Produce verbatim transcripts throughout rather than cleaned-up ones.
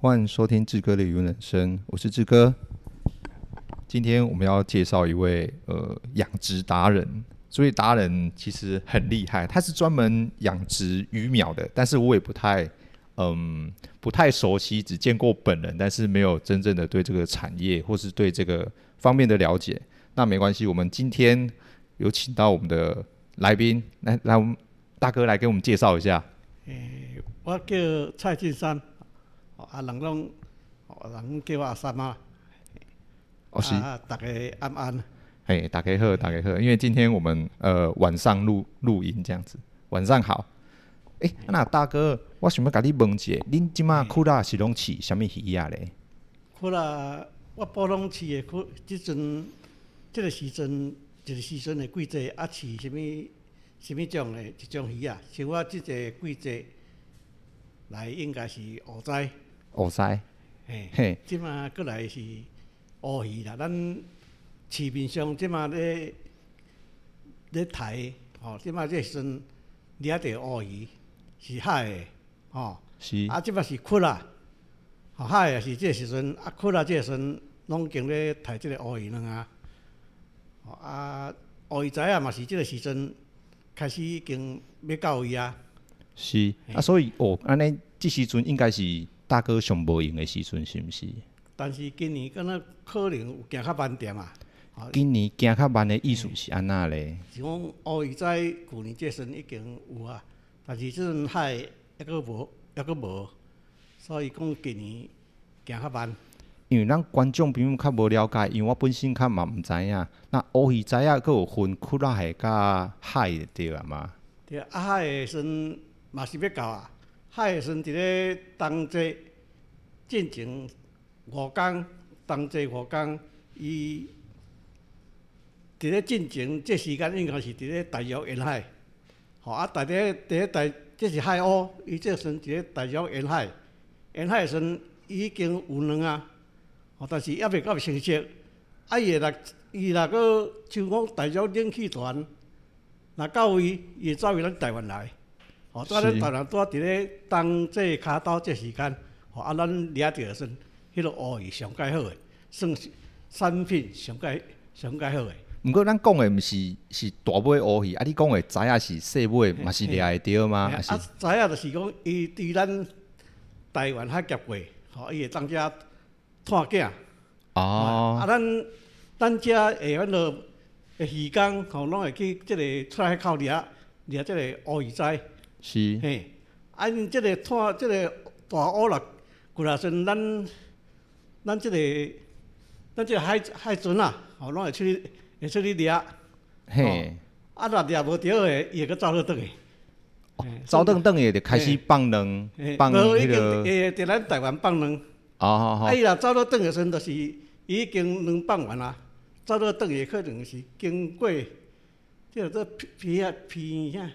欢迎收听志哥的语文人生，我是志哥。今天我们要介绍一位呃养殖达人，所以达人其实很厉害，他是专门养殖鱼苗的，但是我也不太嗯不太熟悉，只见过本人，但是没有真正的对这个产业或是对这个方面的了解。那没关系，我们今天有请到我们的来宾，来来，我们大哥来给我们介绍一下。 诶，我叫蔡进山，啊，人拢，人叫我阿三啊。 哦，是。 啊，大家安安。 嘿，大家好，大家好。因为今天我们呃晚上录录音这样子，晚上好。诶、欸，那大哥，我想要甲你问一下，恁即马窟仔是拢饲什么鱼啊咧？ 窟仔，我普通饲的窟，即阵，即个时阵，一个时阵的季节，啊饲什么什么种的一种鱼啊？像我即个季节来应该是乌鳃。 乌鳃。 嘿。 嘿。 即马过来是乌鱼啦，咱市面上即马咧咧抬，吼，即马即个时阵掠着乌鱼是海的，吼。 是。 啊，即马是窟仔，吼海也是即个时阵，啊窟仔即个时阵拢经咧抬即个乌鱼卵啊。吼啊，乌鱼仔啊嘛是即个时阵开始已经要到位啊。 是啊，所以哦，安尼即时阵应该是大哥上无闲的时阵，是毋是？ 但是今年敢若可能有行较慢点啊。 今年行较慢的意思是安那咧？ 是讲乌鱼仔去年这阵已经有啊，但是即阵海还阁无，还阁无，所以讲今年行较慢。 因为咱观众朋友较无了解，因为我本身较嘛毋知影。那乌鱼仔啊，佫有分窟仔的甲海的对啊嘛？ 对啊，海的时阵嘛是要到啊，海的时阵伫咧冬季进前五工，冬季五工，伊伫咧进前这时间应该是伫咧大约沿海，吼啊，大咧伫咧大，这是海鸥，伊这时阵伫咧大约沿海，沿海的时阵已经有卵啊，吼，但是还袂到成熟，啊，伊会来，伊若个像讲大约冷气团，若到位，伊会走回咱台湾来，吼，蹛咱台湾蹛伫咧冬季骹到这时间，吼啊，咱掠着的时阵，迄个乌鱼上介好诶，算是产品上介上介好诶。 毋过咱讲的毋是是大尾乌鱼，啊，你讲的仔啊是细尾，嘛是掠会着吗？ 啊，仔啊就是讲伊伫咱台湾海夹过，吼，伊会当遮探囝。 哦。 啊，咱咱遮下阮落的渔工，吼，拢会去即个出海口掠掠即个乌鱼仔。 是。 嘿，啊，因即个探即个大乌啦，过来时阵，咱咱即个咱即个海海船啊，吼，拢会出去。会出去掠， 嘿， 啊，若掠无着诶，伊会阁走倒转去。 走倒转去就开始放卵，放迄个。 无，已经伫咱台湾放卵。 哦，好好。 啊，伊若走倒转诶时阵，就是已经卵放完啊。走倒转去可能是经过，即个做皮啊皮啥，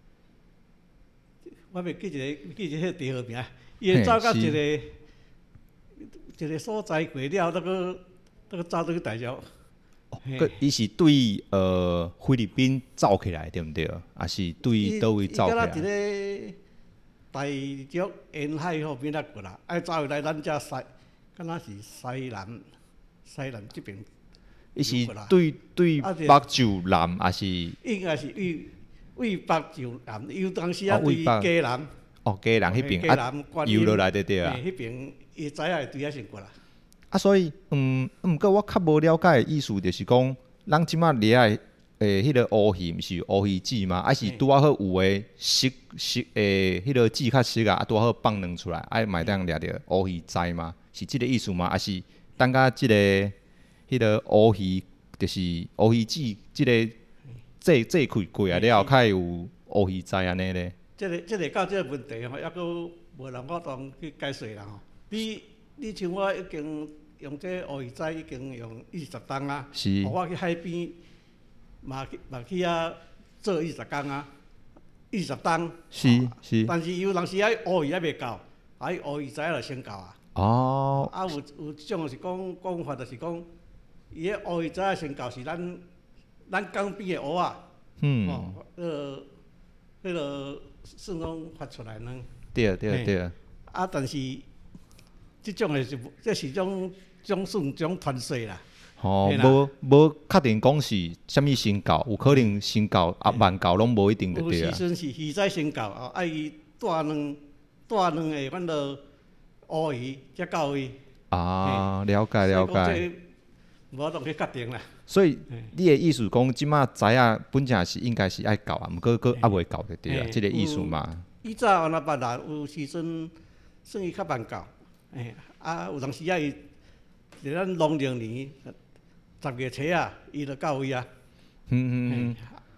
我袂记一个记一个迄地号名。伊会走到一个一个所在过了，再搁再搁走倒去大陆。 个伊是对呃菲律宾走起来对毋对？还是对倒位走起来？ 伊伊敢若伫咧大陆沿海迄边仔过来，爱走回来咱遮西，敢若是西南西南即边。 伊是对对北就南，还是？ 应该是为为北就南，有当时啊对嘉南。 哦，嘉南迄边啊，游落来对对啊。 迄边伊知影会对遐先过来。 啊，所以，嗯，毋过我较无了解的意思，就是讲，咱即马掠的诶，迄个乌鱼，毋是乌鱼子嘛？还是拄啊好有诶熟熟诶，迄个籽较熟啊，啊拄啊好放卵出来，啊嘛会当掠着乌鱼仔嘛？是即个意思吗？还是等甲即个迄个乌鱼，就是乌鱼子，即个这这开过来了后，较有乌鱼仔安尼咧？ 即个即个到即个问题吼，抑阁无人法当去解释啦吼。你你像我已经。用这乌鱼仔已经用二十冬啊， 是。 我去海边嘛去嘛去遐做二十工啊，二十冬。 是是。 但是有当时啊乌鱼还袂到，啊乌鱼仔就先到啊。 哦。 啊有有一种是讲讲法，就是讲伊迄乌鱼仔先到是咱咱港边的蚵仔。嗯。哦，迄个迄个算讲发出来呢。 对对对。 啊，但是即种诶是这是种种算种传说啦。 哦，无无确定讲是啥物身高，有可能身高啊万高拢无一定就对啊。 有时阵是鱼仔身高，哦，啊伊带两带两个阮落乌鱼才到位。 啊，了解了解。 无法度去决定啦。 所以你的意思讲，即马知影本正是应该是爱搞啊，毋过佫还未搞就对啊，即个意思嘛。 以早安那捌啦，有时阵算伊较慢搞，诶，啊有当时啊伊伫咱农历年。十月初啊，伊就到位啊。 嗯嗯嗯。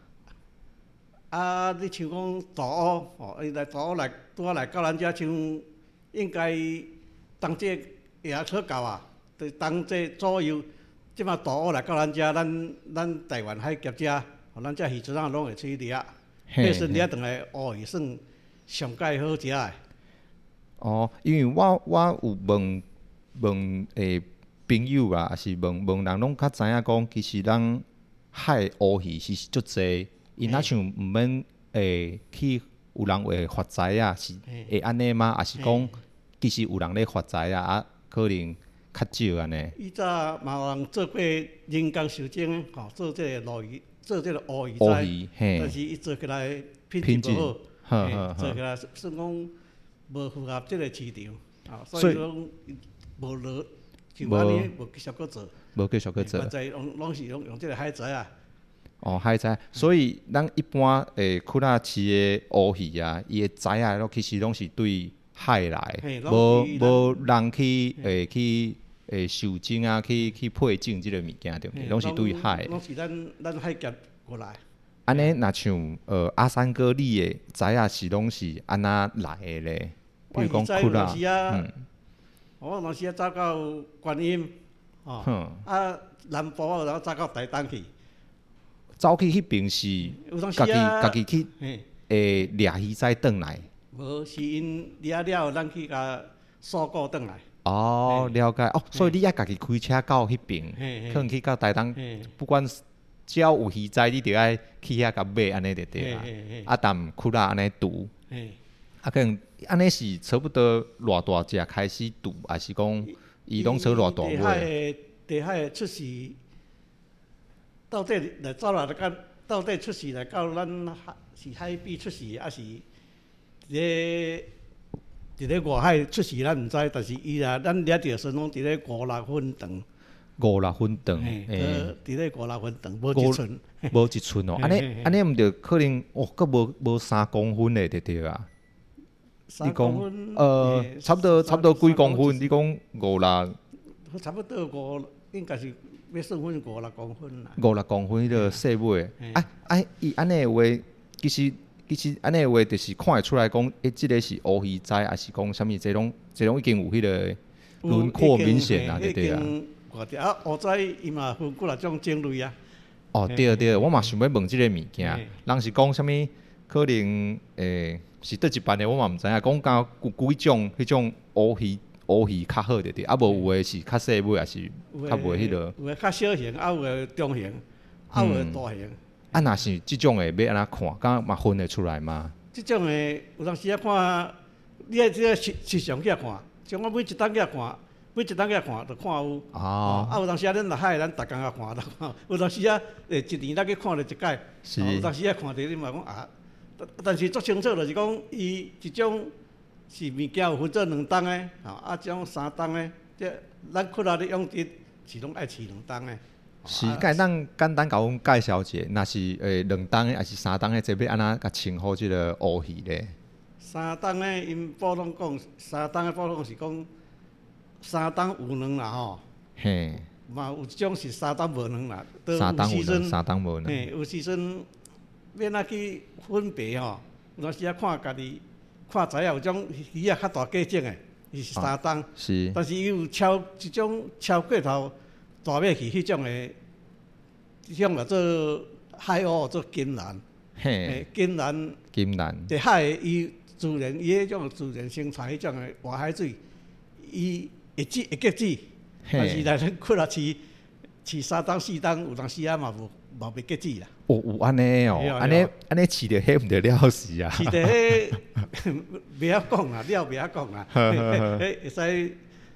啊，你像讲大乌，哦，伊来大乌来拄仔来到咱遮，像应该当这也可到啊，就当这左右，即马大乌来到咱遮，咱咱台湾海业者，互咱遮渔船仔拢会去掠，迄时掠转来乌鱼算上介好食诶。哦， 因为我我有问问诶。朋友啊，也是问问人拢较知影讲，其实咱海乌鱼是足济，伊若像毋免诶去有人会发财啊，是会安尼吗？还是讲其实有人咧发财啊，啊可能较少安尼？ 以早嘛有人做过人工受精，吼，做这个鲈鱼，做这个乌鱼仔，但是伊做起来品质无好，做起来算讲无符合这个市场，啊，所以讲无落。像安尼无继续搁做， 无继续搁做， 反正拢拢是用用即个海材啊。 哦，海材，所以咱一般诶，窟仔市诶乌鱼啊，伊诶材啊，拢其实拢是对海来，无无人去诶去诶受精啊，去去配种即个物件对毋对？拢是对海。 拢是咱咱海业过来。 安尼若像呃阿三哥你诶材啊，是拢是安那来诶咧？比如讲窟仔，嗯。 我当时啊走到观音，吼、哦，啊南部啊，然后走到台东去。 走去迄边是家己家己去，诶掠鱼仔转来。 无是因掠了，咱去甲锁固转来。 哦，了解。哦，所以你爱家己开车到迄边，可能去到台东，不管只要有鱼仔，你着爱去遐甲买，安尼就对啦。啊，但窟仔安尼煮。啊，可能安尼是差不多偌大只开始煮，还是讲伊拢做偌大尾？ 地海地海出世，到底来走来到到底出世来到咱是海边出世，还是伫咧伫咧外海出世？咱毋知，但是伊啊，咱掠着算拢伫咧五六分长。 五六分长， 诶，伫咧五六分长，无一寸。 无一寸哦，安尼安尼毋着可能哦，佫无无三公分诶，对对啊。 你讲， 呃，差不多差不多几公分？你讲五六？ 差不多五，应该是要算分五六公分啦。 五六公分迄个细尾，啊啊，伊安尼诶话，其实其实安尼诶话，就是看会出来讲，诶，即个是乌鱼仔，还是讲啥物？这种这种已经有迄个轮廓明显啦，对对啊。 啊，乌仔伊嘛分几啊种种类啊。 哦，对对，我嘛想要问即个物件，人是讲啥物？可能诶。是倒一班的，我嘛毋知影。讲到有几种迄种乌鱼，乌鱼较好着对，啊无有诶是较细尾，也是较袂迄落。 有诶较小型，啊有诶中型，啊有诶大型。 啊，若是即种诶，要安怎看？敢嘛分得出来吗？ 即种诶，有当时啊看，你爱即个市市场去看，像我每一档去看，每一档去看，就看有。哦。啊有当时啊，咱落海，咱逐工啊看，看。有当时啊，诶一年咱去看着一届。是。有当时啊看着你嘛讲啊。但是足清楚，就是讲，伊一种是物件有分做两档的，吼，啊，即种三档的，即咱窟仔咧养殖是拢爱饲两档的。 是，甲咱简单甲阮介绍一下，若是诶两档的，还是三档的，这要安怎甲称呼即个乌鱼咧？ 三档的，因普通讲，三档的普通是讲三档有卵啦，吼。嘿。嘛有一种是三档无卵啦。 三档有卵，三档无卵。 嘿，有时阵。要哪去分别吼？有当时啊看家己看知影有种鱼啊较大个种诶，伊是三档，是，但是伊有超一种超过头大尾去迄种诶，迄种叫做海鸥做金兰，嘿，金兰， 金兰， 伫海伊自然伊迄种自然生产迄种诶外海水，伊会止会结止，但是来咱窟仔饲饲三档四档，有当时啊嘛无。无袂结止啦。 哦，有安尼哦，安尼安尼饲着迄毋着了事啊。 饲着迄袂晓讲啦，了袂晓讲啦。迄会使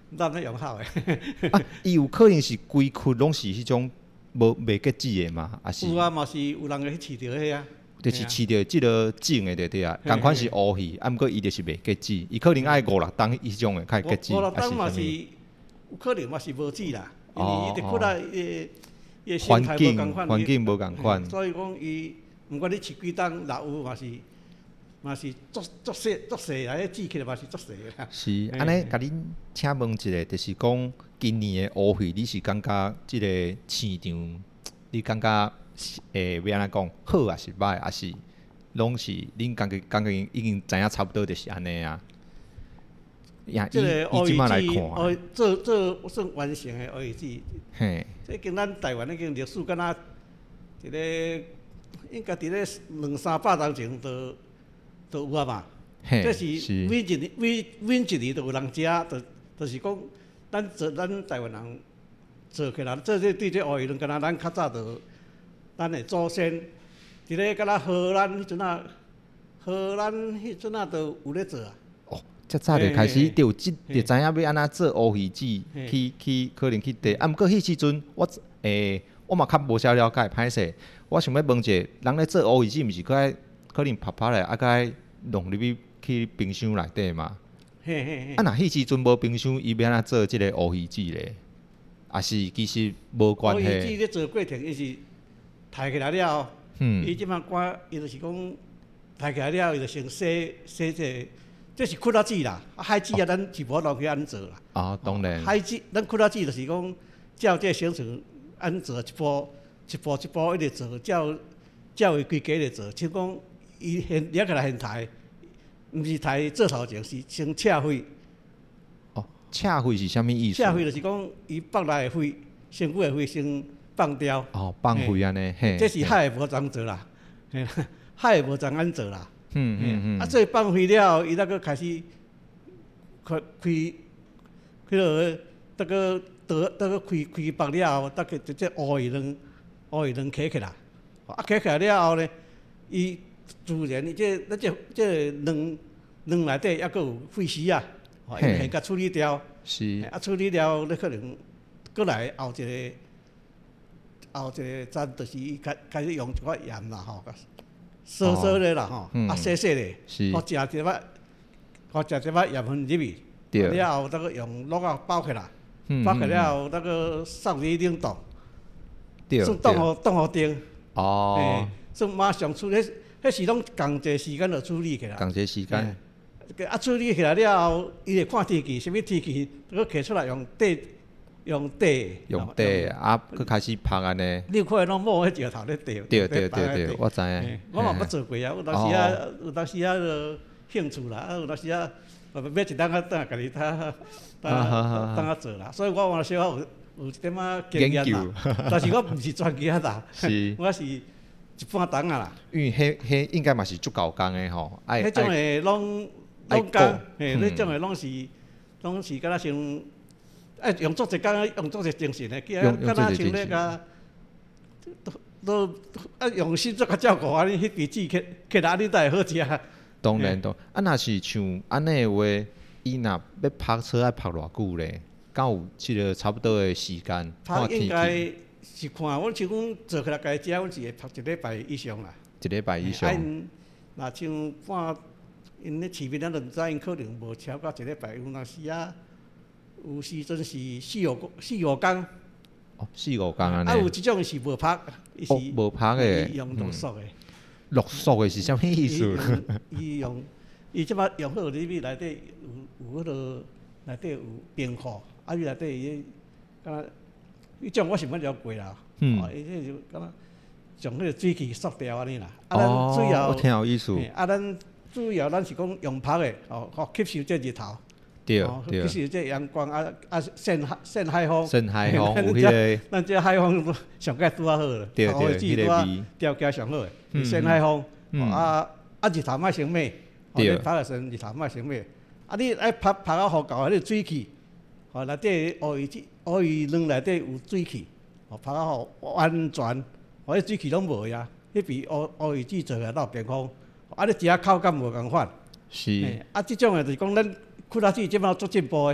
咱咧用好诶。 啊，伊有可能是规窟拢是迄种无袂结籽的嘛，还是？ 有啊，嘛是有人会饲着迄啊。 就是饲着即个种的对对啊，共款是乌鱼，啊，毋过伊就是袂结籽，伊可能爱五六冬迄种的才会结籽， 五六冬嘛是是有可能嘛是无籽啦，因哦为伊伫窟仔伊伊生环态无境共款， 环境无共款， 所以讲伊毋管你饲几冬，若有嘛是嘛是足足细足细啊，迄籽起来嘛是足细啦。 是，安尼甲恁请问一下，就是讲今年的乌鱼，你是感觉即个市场，你感觉？诶，要安怎讲好还是歹，还是拢是恁感觉感觉已经知影差不多就是安尼啊？呀， 即个乌伊即鱼摆来看， 子，做做算完成的乌鱼子， 嘿， 这跟咱台湾已经历史敢若一个应该伫咧两三百年前就就有啊嘛。 嘿， 这是每一年每每一年都有人食，就就是讲咱做咱台湾人做起来，做这对这乌鱼卵，敢若咱较早就。咱的祖先，伫咧敢若荷兰迄阵啊，荷兰迄阵啊，都有咧做啊。 哦，遮早就开始就有即，就知影要安怎做乌鱼子，去去可能去地。啊，毋过迄时阵我诶，我嘛较无啥了解，歹势。我想要问者，人咧做乌鱼子，毋是搁爱可能拍拍咧，啊，搁爱弄入去去冰箱内底嘛？ 嘿嘿嘿。 啊，若迄时阵无冰箱，伊要安怎做即个乌鱼子咧？啊是其实无关系。 乌鱼子咧做过程，伊是。抬起来了，伊即摆赶，伊就是讲抬起来了，伊就先洗洗这，这是窟仔籽啦。啊，海籽啊，咱是无落去安做啦。 啊，当然。 海籽，咱窟仔籽就是讲，照这生成安做一步一步一步一直做，照照伊规家咧做。像讲伊现掠起来现抬，毋是抬做头前，是先拆灰。 哦，拆灰是啥物意思？ 拆灰就是讲伊放来的灰，身躯的灰先。放掉哦，放灰安尼，嘿， 这是海的无怎做啦，嘿，海的无怎安做啦， 嗯嗯嗯， 啊，所以放灰了，伊那个开始开开，迄落那个得那个开开放了后，那个直接乌鱼卵，乌鱼卵起起来，啊起起来了后呢，伊自然伊这咱这这卵卵内底还佫有废尸啊，哦，因先甲处理掉， 是， 啊处理了，你可能过来后一个。后一个站就是伊开开始用一寡盐啦吼，烧烧咧啦吼，啊洗洗咧，好食一摆，好食一摆盐分入去，了后那个用烙啊包起来，包起了后那个送去冷冻，算冻互冻互定， 哦， 算马上处理，迄是拢共一个时间就处理起来， 共一个时间， 啊处理起来了后，伊会看天气，啥物天气，佮摕出来用底。用底， 用底，啊，佮开始拍安尼。 你看拢摸迄石头咧底。 对对对对，我知影。 我嘛捌做过啊，有当时啊，有当时啊，兴趣啦，啊，有当时啊，买一当啊，当家己当当当啊做啦。所以我往小有有一点仔经验啦，但是我毋是专家啦，我是一般当啊啦。 因为迄迄应该嘛是足够工诶吼， 爱。迄种诶，拢拢工，嘿，迄种诶拢是拢是敢若像。哎，用足一工，用足一精神诶，叫敢若像咧个，都都啊用心足较照顾安尼，迄支籽起起来，你才会好食。 当然当，啊若是像安尼诶话，伊若要拍车爱拍偌久咧？敢有即个差不多诶时间？ 拍应该是看，阮像讲做起来家己食，阮是会拍一礼拜以上啦。 一礼拜以上。 若像半因咧市面咱就毋知，因可能无超过一礼拜，有若是啊。有时阵是四五四五工， 哦，四五工安尼。 啊，有一种是无拍，伊是无拍诶， 用落缩诶。 落缩诶是啥物意思？ 伊用伊即摆用好里面内底有有迄落内底有冰块，啊，伊内底伊敢若迄种我是捌了过啦。嗯。伊迄就敢若将迄个水气缩掉安尼啦。 哦。我挺有意思。 啊，咱主要咱是讲用拍诶，哦，好吸收这日头。 对对， 其实这阳光啊啊，晒海晒海风， 晒海风有迄个， 咱这海风上盖拄啊好了， 对对，迄个味条件上好诶，晒海风，啊啊日头莫伤猛，你拍个身日头莫伤猛，啊你爱拍拍啊好够，迄个水气，吼内底乌鱼子乌鱼卵内底有水气，吼拍啊好完全，吼迄水气拢无呀，迄比乌乌鱼子做起来较健康，啊你食口感无共款， 是， 啊即种诶就是讲咱。窟仔籽即摆足进步诶，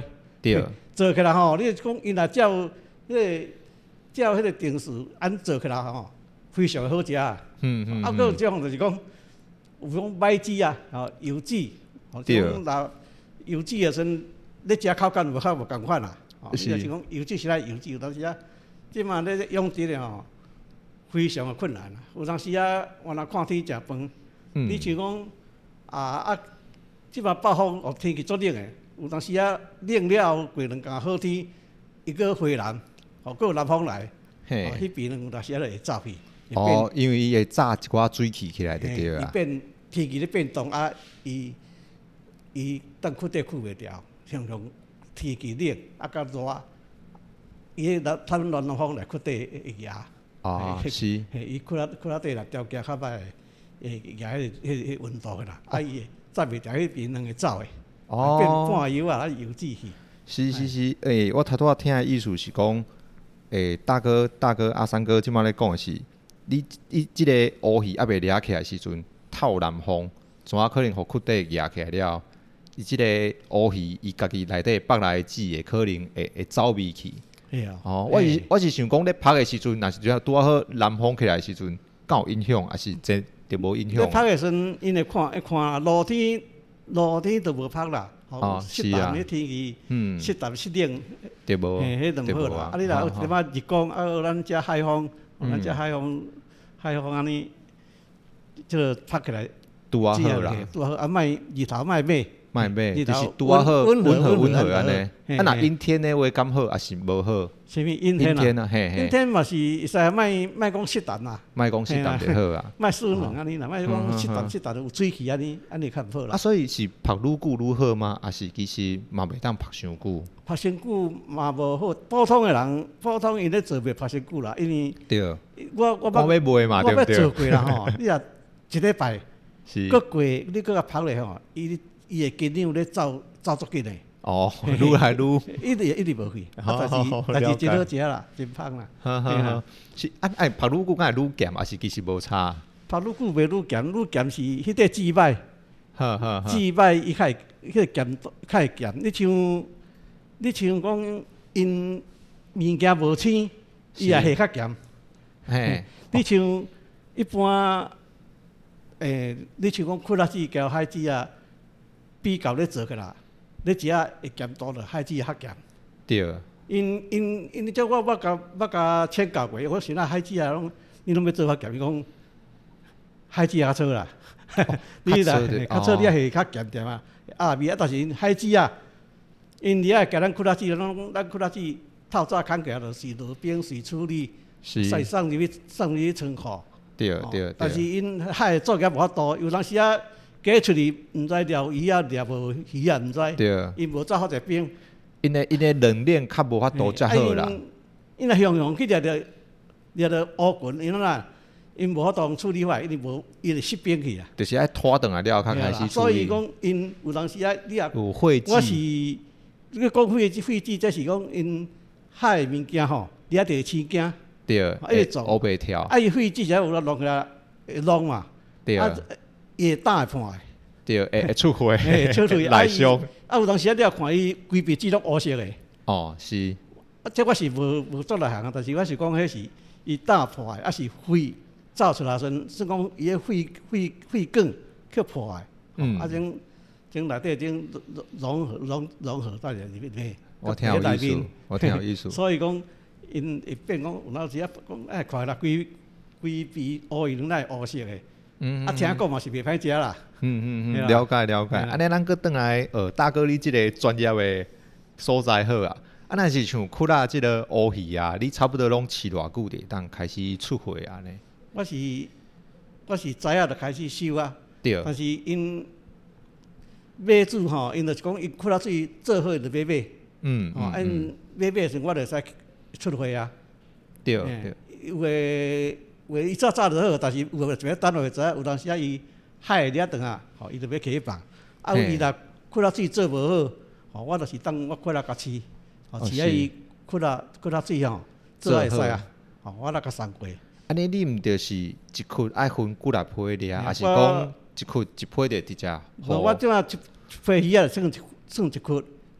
对， 做起来吼，你讲因若照迄个照迄个定时按做起来吼，非常好食啊。 嗯嗯。 啊，佫有种就是讲，有种买籽啊，吼油籽，吼，即种若油籽的时阵，你食口感无较无共款啦。吼，你就是讲油籽是来油籽，有当时啊，即马咧养殖的吼，非常的困难啦。有当时啊，我若看天食饭，你像讲啊啊，即马北方哦天气足冷的，有当时啊冷了后过两工好天，伊佫回南，吼，佫有南风来，吼，迄边有当时啊就会走去。 哦，因为伊会炸一寡水气起来就对啊。 伊变天气咧变动啊，伊伊当窟底窟袂牢，常常天气冷啊，甲热，伊迄南他们南风来窟底会压。 哦，是。 伊窟仔窟仔底来条件较歹，会压迄个迄个温度啦，啊伊炸袂牢，迄边两个走诶。哦。变半油啊，啊油脂去。 是是是，诶，我头拄仔听诶意思是讲，诶，大哥大哥阿三哥即摆咧讲诶是。你伊即个乌鱼还袂掠起来时阵，透南风，怎啊可能互窟底掠起来了？伊即个乌鱼伊家己内底北来籽会可能会会走味去。 是啊。 哦，我是我是想讲咧拍诶时阵，若是拄拄啊好南风起来诶时阵，敢有影响，还是真就无影响？ 咧拍诶时阵，因会看会看露天露天都无拍啦。 哦，是啊。 迄天气， 嗯， 湿淡湿冷， 对无？ 嘿，迄就无好啦。啊，你若有点仔日光，啊，咱遮海风。咱遮海风，海风安尼，即个拍起来， 拄啊好啦， 拄啊好，啊，莫日头莫买， 莫买，就是拄啊好，温和温和安尼。啊，若阴天的话，敢好，还是无好？ 啥物阴天啊？ 阴天啊，嘿嘿。 阴天嘛是会使莫莫讲湿淡啦， 莫讲湿淡就好啊。 莫湿冷安尼啦，莫讲湿淡湿淡有水气安尼，安尼较毋好啦。 啊，所以是拍愈久愈好吗？还是其实嘛袂当拍伤久？ 拍伤久嘛无好，普通的人，普通伊咧做袂拍伤久啦，因为对， 我我要卖嘛，对不对？ 我要做过啦吼，你若一礼拜， 是， 过过你搁甲拍咧吼，伊伊会斤量咧走走足紧诶。 哦，愈来愈， 一直一直无去，啊，但是但是真好食啦，真芳啦。 哈哈，是啊，哎，拍愈久敢会愈咸，还是其实无差？ 拍愈久袂愈咸，愈咸是迄块籽摆， 哈哈， 籽摆伊较会迄个咸，较会咸。你像你像讲因物件无青，伊也会较咸。 嘿， 你像一般，诶，你像讲苦辣子交海籽啊，比较咧做起来。你食会咸多了，海籽较咸。 对。 因因因，即我捌甲捌甲请教过，我想啊海籽啊，拢你拢要做较咸，伊讲海籽较错啦。你啦，较错你也係較咸點啊。啊味啊，但是因海籽啊，因你啊，甲咱苦辣子，咱咱苦辣子透早砍起來，就是落冰水處理，再送入去送入去倉庫。 对对。 但是因海作業無法度，有當時啊。加出去，毋知釣魚啊，釣無魚啊，毋知。 对。 因無做好一冰。 因诶因诶冷链較無法度遮好啦。 因若向向去掠着掠着烏菌，因啦，因無法度處理法，因無伊就失冰去啊。 就是愛拖轉來了後，較開始處理。 所以講，因有當時啊，你也有廢紙。 我是你講廢紙廢紙，即是講因海誒物件吼，你也得青驚。 對。會烏白條。 啊，伊廢紙就有弄起來會弄嘛。 對。 伊會打會破的， 對，會會出血， 會出血， 內傷。 啊，有當時啊，你也看伊規邊紙攏烏色的。 哦，是。 啊，這我是無無做內行啊，但是我是講，迄是伊打破的，啊是血走出來時，算講伊個血血血管去破的。嗯。啊，種種內底種融合融融合在入面。 我聽有意思，我聽有意思。 所以講，因會變講，有陣時啊，講哎，看啦，規規邊烏伊攏來烏色的。嗯，啊，聽講嘛是袂歹食啦。 嗯嗯嗯，了解了解。安尼咱閣轉來，呃，大哥你即個專業的所在好啊。啊，若是像窟仔即個烏魚啊，你差不多攏飼偌久佇當開始出貨安尼？ 我是我是知影就開始收啊。對。但是因買主吼，因就是講伊窟仔水做好就買買。嗯。哦，因買買時我就使出貨啊。 對對。 有誒。話伊早早就好，但是有誒一等落會知影，有當時啊伊海掠長啊，吼伊就要起放。啊，有伊若窟仔水做無好，吼我就是當我窟仔甲飼，吼飼啊伊窟仔窟仔水吼做會使啊，吼我來甲送過。 安尼你毋著是一窟愛分幾來批掠，還是講一窟一批就直接？ 無，我即馬一批魚啊算一算一窟，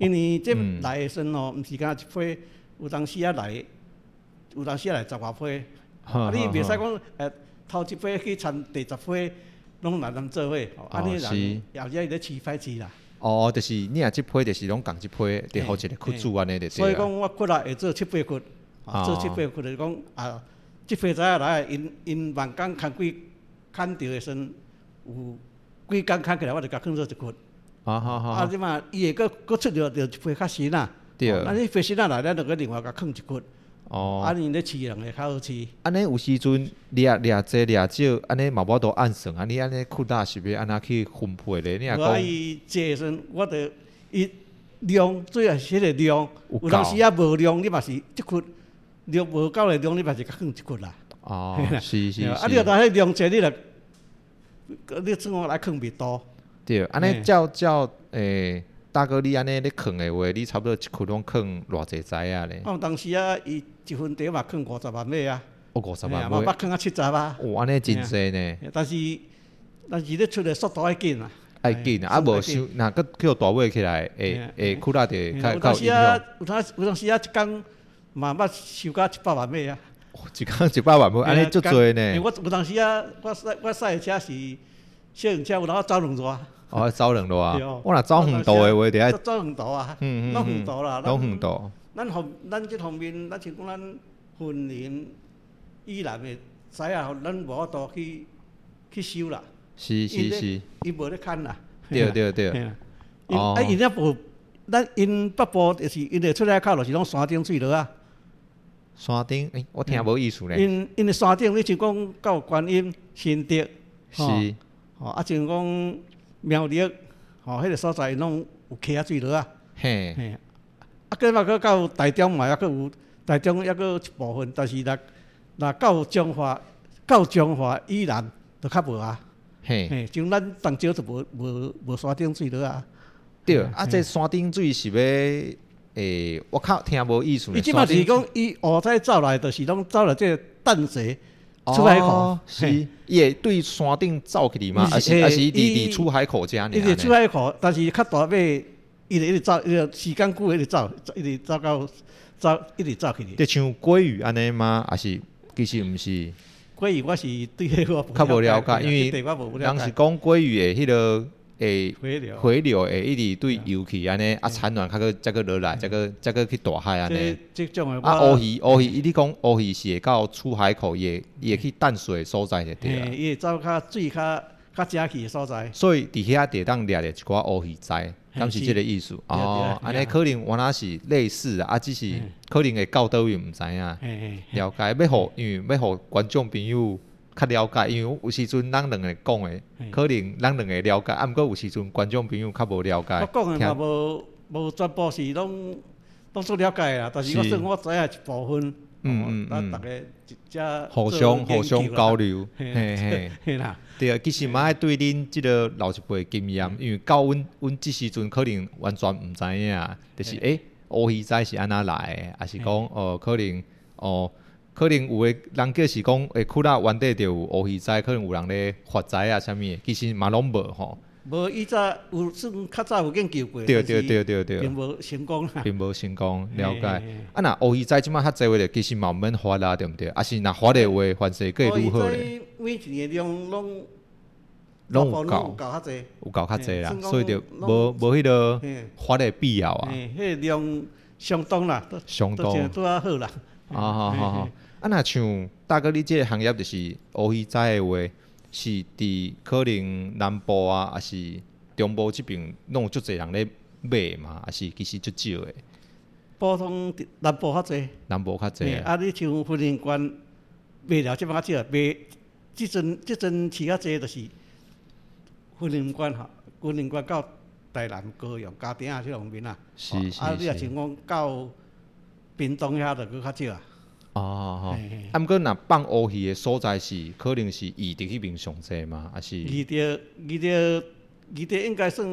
因为这来的时吼，毋是敢一批，有当时啊来，有当时啊来十外批。啊，你袂使讲诶，头一批去参第十批，拢来咱做伙，安尼人后尾伊咧饲歹饲啦。 哦，就是你若即批，就是拢共即批，伫互一个窟主安尼就对。 所以讲我窟啊会做七八窟，做七八窟就是讲啊，即批仔来，因因万工牵几牵着的时阵，有几工牵起来，我就甲放做一窟。 啊好好。 啊，即嘛伊会搁搁出着着一批较新啊。对。啊，你批新啊来，咱就搁另外甲放一窟。哦，安尼咧饲人会较好饲。安尼有时阵掠掠济掠少，安尼嘛无都按算，安尼安尼窟仔是要安怎去分配咧？你若讲， 我伊济的时阵，我着伊量主要是迄个量，有当时啊无量，你嘛是即窟量无够的量，你嘛是甲放一窟啦。 哦，是是是。 啊，你若当迄量济，你若你算我来放袂多。 对，安尼照照诶。大哥，你安尼咧放的话，你差不多一窟拢放偌济仔啊咧？ 我当时啊，伊一分地嘛放五十万尾啊。 哦，五十万尾。 嘛捌放啊七十啊。 哦，安尼真济呢。 但是但是咧出的速度爱紧啊。 爱紧啊，啊无伤，若佫叫大尾起来，会会窟仔就较较影响。 有当有当时啊，一工嘛捌收到一百万尾啊。 一工一百万尾，安尼足济呢。 我有当时啊，我驶我驶的车是小型车，有当走两座。 哦，走两路啊！我若走远途的话，就爱走远途啊， 嗯嗯拢远途啦， 拢远途。 咱方咱即方面，咱像讲咱云林以南的知影，咱无法度去去收啦。 是是是。 伊无咧牵啦。 对对对。 哦。啊，因咧部，咱因北部就是因会出来口，就是拢山顶水落啊。 山顶，诶，我听无意思咧。 因因的山顶，你像讲到观音、新竹， 是。 哦，啊，像讲。苗栗，吼，迄个所在拢有溪啊水落啊。 嘿。 嘿。啊，搁嘛搁到台中嘛，抑搁有台中抑搁一部分，但是若若到彰化，到彰化以南就较无啊。 嘿。 嘿，像咱东石就无无无山顶水落啊。 对，啊，这山顶水是要诶，我靠，听无意思咧。 伊即嘛是讲，伊湖仔走来，就是拢走来这淡水。出海口是，伊会对山顶走去哩嘛？还是还是伫伫出海口遮尔？ 伊伫出海口，但是较大尾，伊就一直走，伊就时间久一直走，一直走到走，一直走去哩。 就像鲑鱼安尼吗？还是其实毋是？ 鲑鱼我是对迄个较无了解，因为人是讲鲑鱼的迄个。会回流会一直对游去安尼，啊产卵，较个再个落来，再个再个去大海安尼。 这种啊，乌鱼乌鱼，你讲乌鱼是会到出海口，也也去淡水所在就对啦。 伊会走较水较较正气的所在。 所以伫遐地当掠着一寡乌鱼仔，敢是这个意思？哦，安尼可能原来是类似啊，只是可能会到倒位毋知影。了解，要互因为要互观众朋友。较了解，因为有时阵咱两个讲的，可能咱两个了解，啊，毋过有时阵观众朋友较无了解。 我讲的嘛无无全部是拢拢做了解啦，但是我算我知影一部分，嗯嗯咱大家一只互相互相交流， 嘿嘿，嘿啦。 对，其实嘛爱对恁即个老一辈经验，因为到阮阮即时阵可能完全毋知影，就是诶，乌鱼仔是安怎来的，还是讲哦，可能哦。可能有诶人叫是讲，诶，窟仔原底就有乌鱼仔，可能有人咧发财啊，啥物诶，其实嘛拢无吼。 无，伊早有算较早有研究过， 对对对对对， 并无成功啦。 并无成功，了解。啊，若乌鱼仔即摆较济话咧，其实嘛毋免发啦，对毋对？啊是若发诶话，反正佫会愈好咧。 每一年量拢拢有够， 有够较济， 有够较济啦，所以就无无迄个发诶必要啊。 迄个量相当啦， 相当都啊好啦。 啊好好好。啊，若像大哥，你即个行业就是乌鱼仔诶话，是伫可能南部啊，还是中部即边，拢有足侪人咧买嘛，还是其实足少诶？ 普通南部较济。 南部较济啊。啊，你像云林县卖了即摆较少，卖即阵即阵饲较济，就是云林县吼，云林县到台南、高雄、嘉义啊，即方面啊。 是是是。 啊，你若像讲到屏东遐，就佫较少啊。 哦吼，啊，毋过若放乌鱼的所在是，可能是伊伫迄边上济吗？还是？ 伊着伊着伊着应该算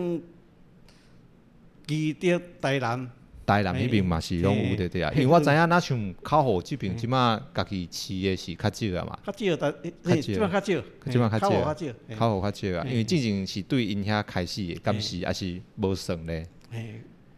伊着台南。 台南迄边嘛是拢有的对啊，因为我知影，若像口湖即边即马家己饲的是较少啊嘛。 较少，但即马较少， 即马较少， 口湖较少， 口湖较少啊。因为之前是对因遐开始的，敢是还是无算咧？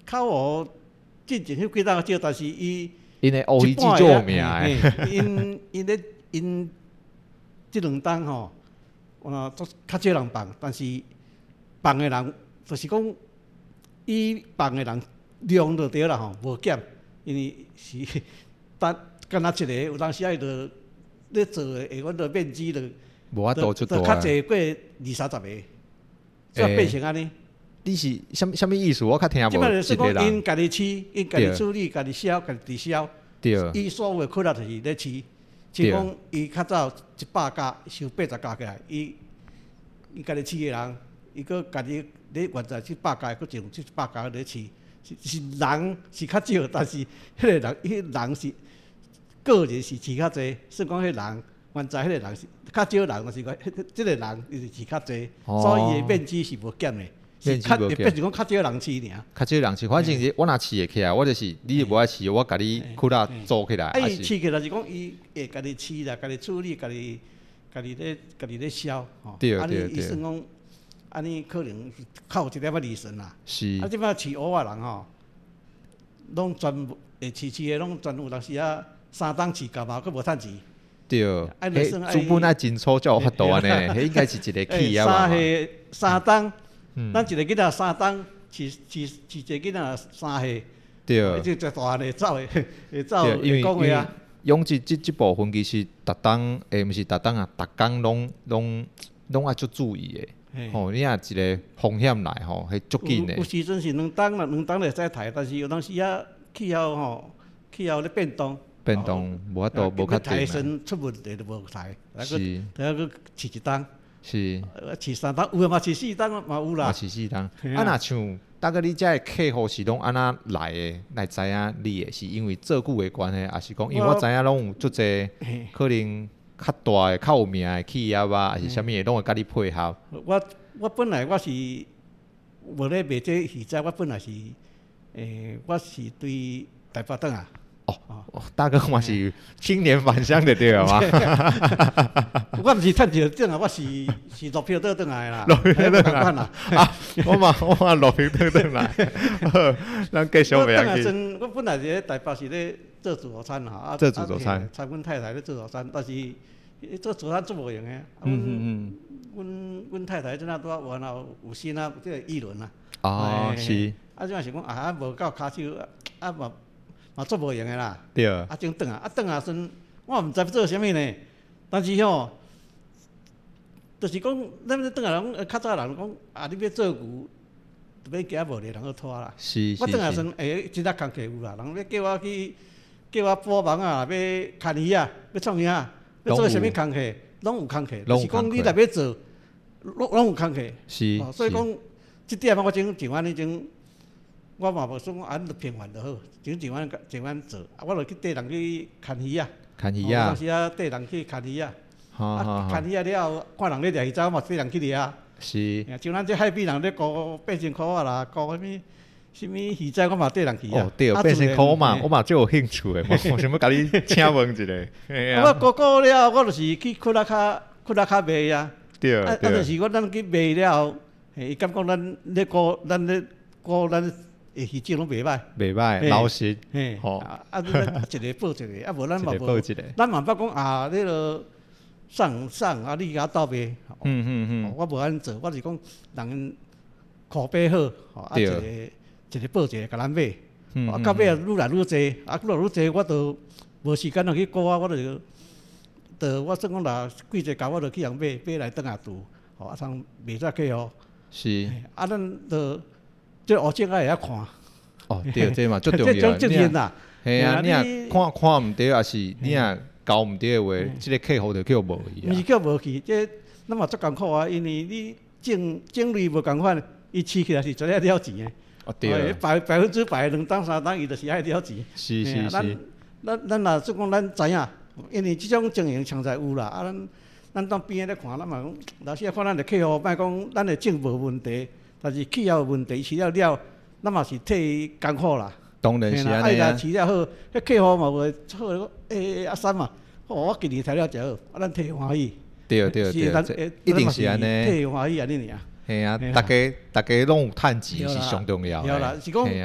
较有进前迄几档少，但是伊因的乌鱼子最有名诶， 因因咧因即两档吼，啊，较少人放，但是放诶人就是讲，伊放诶人量就对啦吼，无减，因为是单干那一个，有当时啊就咧做诶，下阮着面积着， 无法度出大就较济过二三十个，所以变成安尼。 你是啥物啥物意思？我较听无即摆就是讲， 一个人。 因家己饲，因家己处理，家己销，家己直销。 对。 伊所有诶困难就是咧饲，像讲伊较早一百架收八十架起来，伊伊家己饲诶人，伊佫家己咧原在即百架，佫种即一百架咧饲，是是人是较少，但是迄个人，迄人是个人是饲较济，算讲迄人原在迄个人是较少人，但是讲即个人伊是饲较济， 哦、 所以伊诶面积是无减诶。 面积无减， 变成讲较少人饲尔。 较少人饲，反正是我若饲会起来，我就是你无爱饲，我甲你窟仔做起来。 啊，伊饲起来是讲伊会家己饲啦，家己处理，家己家己咧家己咧销，吼。 对对对。 伊算讲，安尼可能较有一点仔利润啦。 是。 啊，即摆饲蚵仔人吼，拢专会饲饲诶，拢专有当时啊三档饲到嘛，佫无趁钱。 对。迄资本啊真粗，才有法度安尼，迄应该是一个企业嘛。 三岁三档。咱一个囡仔三档，饲饲饲一个囡仔三岁， 对， 即就大汉会走诶，会走会讲话啊。 养殖即即部分其实逐档，诶，毋是逐档啊，逐工拢拢拢爱足注意诶。吼，你若一个风险来吼，迄足紧诶。 有时阵是两档啦，两档会使抬，但是有当时啊气候吼，气候咧变动。 变动无法度无较定。抬身出问题就无抬， 是。 等下佫饲一档。 是， 饲三档，有诶嘛饲四档嘛有啦。 嘛饲四档，啊，若像大概你遮诶客户是拢安那来诶，来知影你诶，是因为做久诶关系，还是讲因为我知影拢有足济，可能较大诶、较有名诶企业啊，还是啥物诶，拢会甲你配合。 我我本来我是无咧卖这鱼仔，我本来是诶，我是对台北转啊。 哦，大哥嘛是青年返乡的对了吗？ 我毋是趁着转啊，我是是落票倒转来啦。 落票倒转来啊！我嘛我嘛落票倒转来，咱继续袂要紧。 我本来伫台北是咧做自助餐哈， 做自助餐， 参阮太太咧做自助餐，但是做自助餐做无用诶。 嗯嗯嗯。 阮阮太太即下拄啊原来有新啊，即个议论啊。 哦，是。 啊，即下是讲啊，无够骹手啊嘛。嘛做无用诶啦， 对。 啊，种转啊，啊转啊算，我毋知要做啥物呢。但是吼，就是讲，咱咧转啊人，较早人讲啊，你要做牛，就免惊无力人去拖啦。 是是是。 我转啊算，诶，真正工课有啦，人要叫我去，叫我帮忙啊，要牵鱼啊，要创啥，要做啥物工课，拢有工课。就是讲你若要做，拢拢有工课。 是。 所以讲，即点我种像安尼种。我嘛无算讲安尼就平凡就好，种一晚一晚做，啊，我就去缀人去牵鱼啊， 牵鱼啊， 当时啊缀人去牵鱼啊， 啊， 牵鱼啊了后，看人咧掠鱼仔，我嘛缀人去掠啊。 是。 像咱这海边人咧沽八千箍啊啦，沽啥物啥物鱼仔，我嘛缀人去啊。 哦，对，八千箍嘛，我嘛最有兴趣诶，我想要甲你请问一下。 我沽沽了，我就是去窟仔卡窟仔卡卖啊。 对啊，啊，就是我咱去卖了后，伊感觉咱咧沽，咱咧沽咱。诶，鱼种拢袂歹， 袂歹，老实， 吼，啊，咱一个报一个，啊，无咱嘛无，咱嘛捌讲啊，你落送送啊，你甲我斗卖， 嗯嗯嗯， 我无安尼做，我是讲人口碑好，吼，啊一个一个报一个甲咱买，啊，到尾啊愈来愈侪，啊愈来愈侪，我都无时间去顾啊，我就，就我算讲若几只狗，我就去人买，买来当下煮，吼，啊，通卖出去哦， 是， 啊，咱就。即学者爱会晓看。 哦，对，这嘛最重要。 这种经验啦。 系啊，你若看看毋对，也是你若教毋对诶话，即个客户就叫无去。 毋是叫无去，这咱嘛足艰苦啊，因为你种种类无共款，伊饲起来是真爱了钱诶。 哦，对。 百百分之百两当三当，伊就是爱了钱。 是是是。 咱咱咱若说讲咱知影，因为即种经营常在有啦。啊，咱咱当边仔咧看，咱嘛讲，老师看咱的客户，莫讲咱的种无问题。但是气候问题饲了了，咱嘛是替伊艰苦啦。 当然是安尼啊。 爱来饲了好，迄客户嘛袂好，诶阿三嘛，哦，我今年饲了真好，啊，咱替伊欢喜。 对对对，一定是安尼。 替伊欢喜安尼尔。 系啊，大家大家拢有趁钱是上重要。 对啦，是讲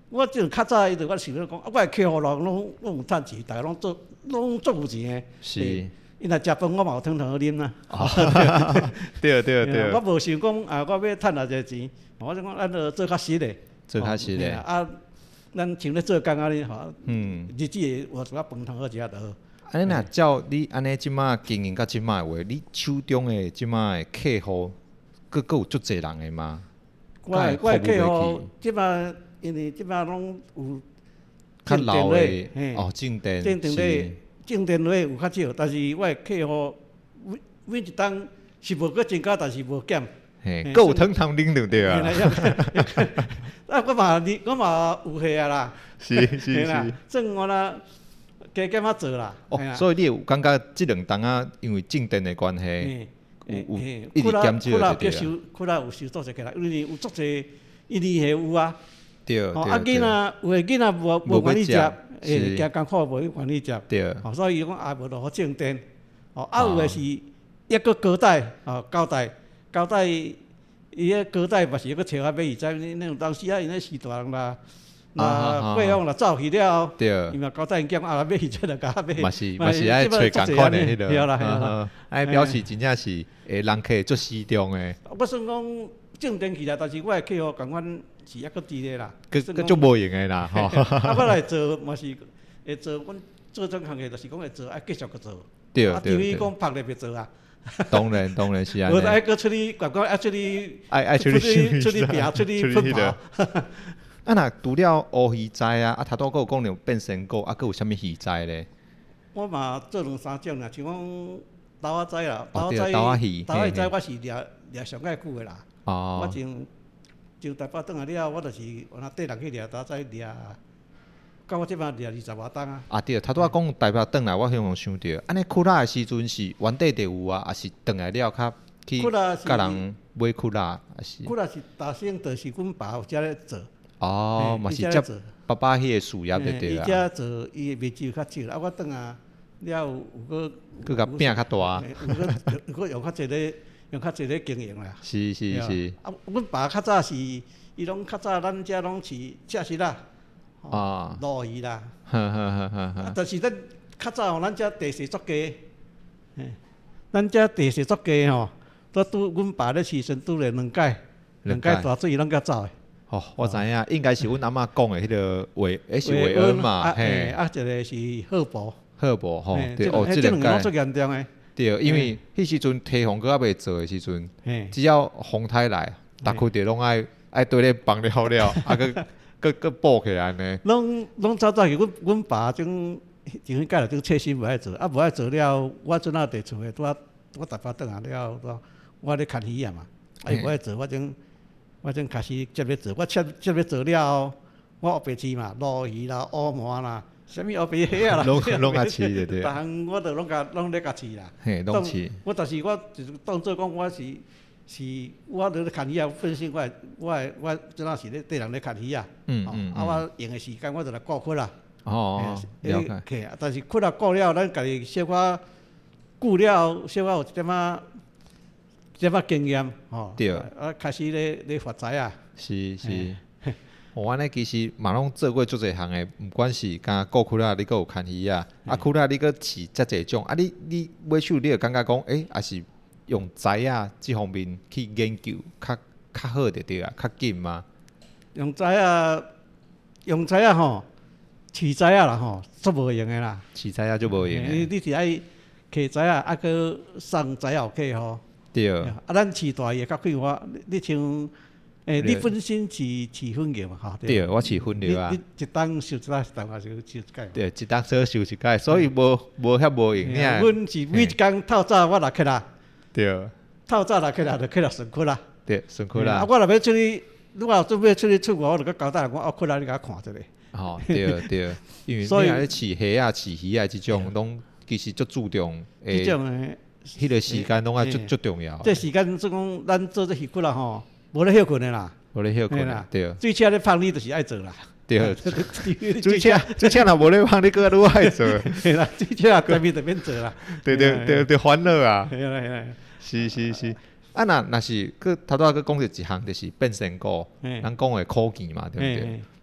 我即阵较早伊就我想咧讲，啊，我的客户拢拢拢有趁钱，逐个拢做拢做有钱诶。 是。 伊若食饭，我嘛有汤汤好啉啦。 对对对。 我无想讲啊，我要趁偌济钱，我想讲咱就做较实诶。 做较实诶。 啊，咱像咧做工安尼吼，嗯，日子会活出啊饭汤好食就好。 安尼若照你安尼即马经营到即马话，你手中诶即马诶客户，佫佫有足侪人诶吗？ 我我诶客户即马因为即马拢有较老诶，哦，正电正电类。正电话有较少，但是我的客户每每一档是无搁增加，但是无减。 嘿，搁有汤汤啉就对啊。 啊，我嘛我嘛有货啊啦。 是是是。 算我啦，加减啊做啦。 哦，所以你有感觉即两档啊，因为正电的关系，有有一直减少就对啦。 窟窿有收做起来，因为有足侪印尼货有啊。 对对对。 啊，囡仔有诶囡仔无无愿意食。诶，惊艰苦无愿意食，哦，所以伊讲也无落好正电，哦，啊有诶是一个高代，哦，高代，高代，伊迄高代嘛是搁找啊买二十，那种当时啊，因咧时大人啦，那费用啦走去了，伊嘛高代减啊来买二十就甲买， 嘛是嘛是爱找共款诶迄落，对啦对啦，爱表示真正是诶人客足适中诶。 我算讲正电起来，但是我诶客户共款。是抑搁低咧啦， 佮佮足无用诶啦，吼。 啊，我来做嘛是会做，阮做种行业就是讲会做，爱继续搁做。 对对对。 啊，除非讲拍咧别做啊。 当然当然是安尼。 无爱搁出去，广告爱出去， 爱爱出去出去拼，出去奔跑。 啊，若除了乌鱼仔啊，啊，头拄佫有讲着变身果，啊，佫有啥物鱼仔咧？ 我嘛做两三种啦，像讲豆仔仔啦，豆仔豆仔鱼， 豆仔仔我是掠掠上介久诶啦。 哦。 我从从台北转来了，我就是往那缀人去掠豆仔掠，到我即摆掠二十外担啊。 啊对，头拄仔讲台北转来，我向想着，安尼窟仔诶时阵是原地就有啊，还是转来了较去甲人买窟仔，还是？ 窟仔是大先，就是阮爸有遮咧做。 哦，嘛是接爸爸迄个事业就对啦。 伊遮做伊诶面子较少，啊我转啊了有个。 佮甲饼较大。 有个有个用较济咧。用较济咧经营啦， 是是是。 啊，阮爸较早是，伊拢较早咱遮拢是赤石啦，啊，鲈鱼啦， 呵呵呵呵呵。 但是咱较早吼，咱遮地势足低，咱遮地势足低吼，都拄阮爸咧饲身拄咧两届，两届大水拢甲走诶。 哦，我知影，应该是阮阿嬷讲诶，迄个韦，迄是韦恩嘛， 嘿，啊，一个是赫伯， 赫伯吼，对， 哦，即两个拢足严重诶。对， 因为迄时阵台风阁还未做诶时阵，只要风台来，逐区地拢爱爱对咧放了了，啊，佮佮佮补起来呢。 拢拢早早去，阮阮爸种前迄届就种切心无爱做，啊无爱做了，我阵仔伫厝诶，拄啊我台北转来了，我咧牵鱼啊嘛，啊伊无爱做，我种我种开始接咧做，我接接咧做了，我后白饲嘛，鲈鱼啦、乌毛啦。啥物后边虾啊啦， 拢拢甲饲对对。 逐项我都拢甲拢咧甲饲啦。 嘿，拢饲。 我但是我就是当做讲我是是我咧牵鱼啊，本身我我我即阵是咧缀人咧牵鱼啊。嗯嗯。啊，我用诶时间我就来顾窟啦。 哦，了解。但是窟啦顾了，咱家己小可顾了，小可有一点仔，一点仔经验吼。 对。 啊，开始咧咧发财啊。 是是。我安尼其实嘛拢做过足侪项诶，毋管是敢顾窟仔，你阁有牵鱼啊，啊窟仔你阁饲遮侪种，啊你你买手你会感觉讲，诶，也是用材啊即方面去研究，较较好着对啊，较紧嘛。 用材啊，用材啊吼，饲材啊啦吼，足无用诶啦。 饲材啊足无用诶。 你你是爱摕材啊，啊去送材后客吼。 对。 啊，咱饲大伊会较快活，你像。诶，你本身是饲粉叶嘛？吼， 对，我饲粉叶啊。 你一当收一单，一当也是收一届。 对，一当少收一届，所以无无遐无用尔。 阮是每一工透早我来起来。 对。 透早来起来就起来顺窟啦。 对，顺窟啦。 啊，我若要出去，如果准备出去出国，我就甲交代人讲，哦，窟啦，你甲我看一下。 哦，对对，因为你若饲虾啊、饲鱼啊即种，拢其实足注重诶。即种诶。迄个时间拢爱足足重要。 这时间做讲，咱做这鱼窟啦吼。无咧休困的啦， 无咧休困啦，对。 水车咧放你就是爱做啦， 对。水车水车若无咧放你，搁愈爱做。 嘿啦，水车啊，随便随便做啦。 对对对对，欢乐啊。 系啦系啦。 是是是。啊，若若是，佮头拄仔佮讲着一项，就是变身果，咱讲诶科技嘛，对不对？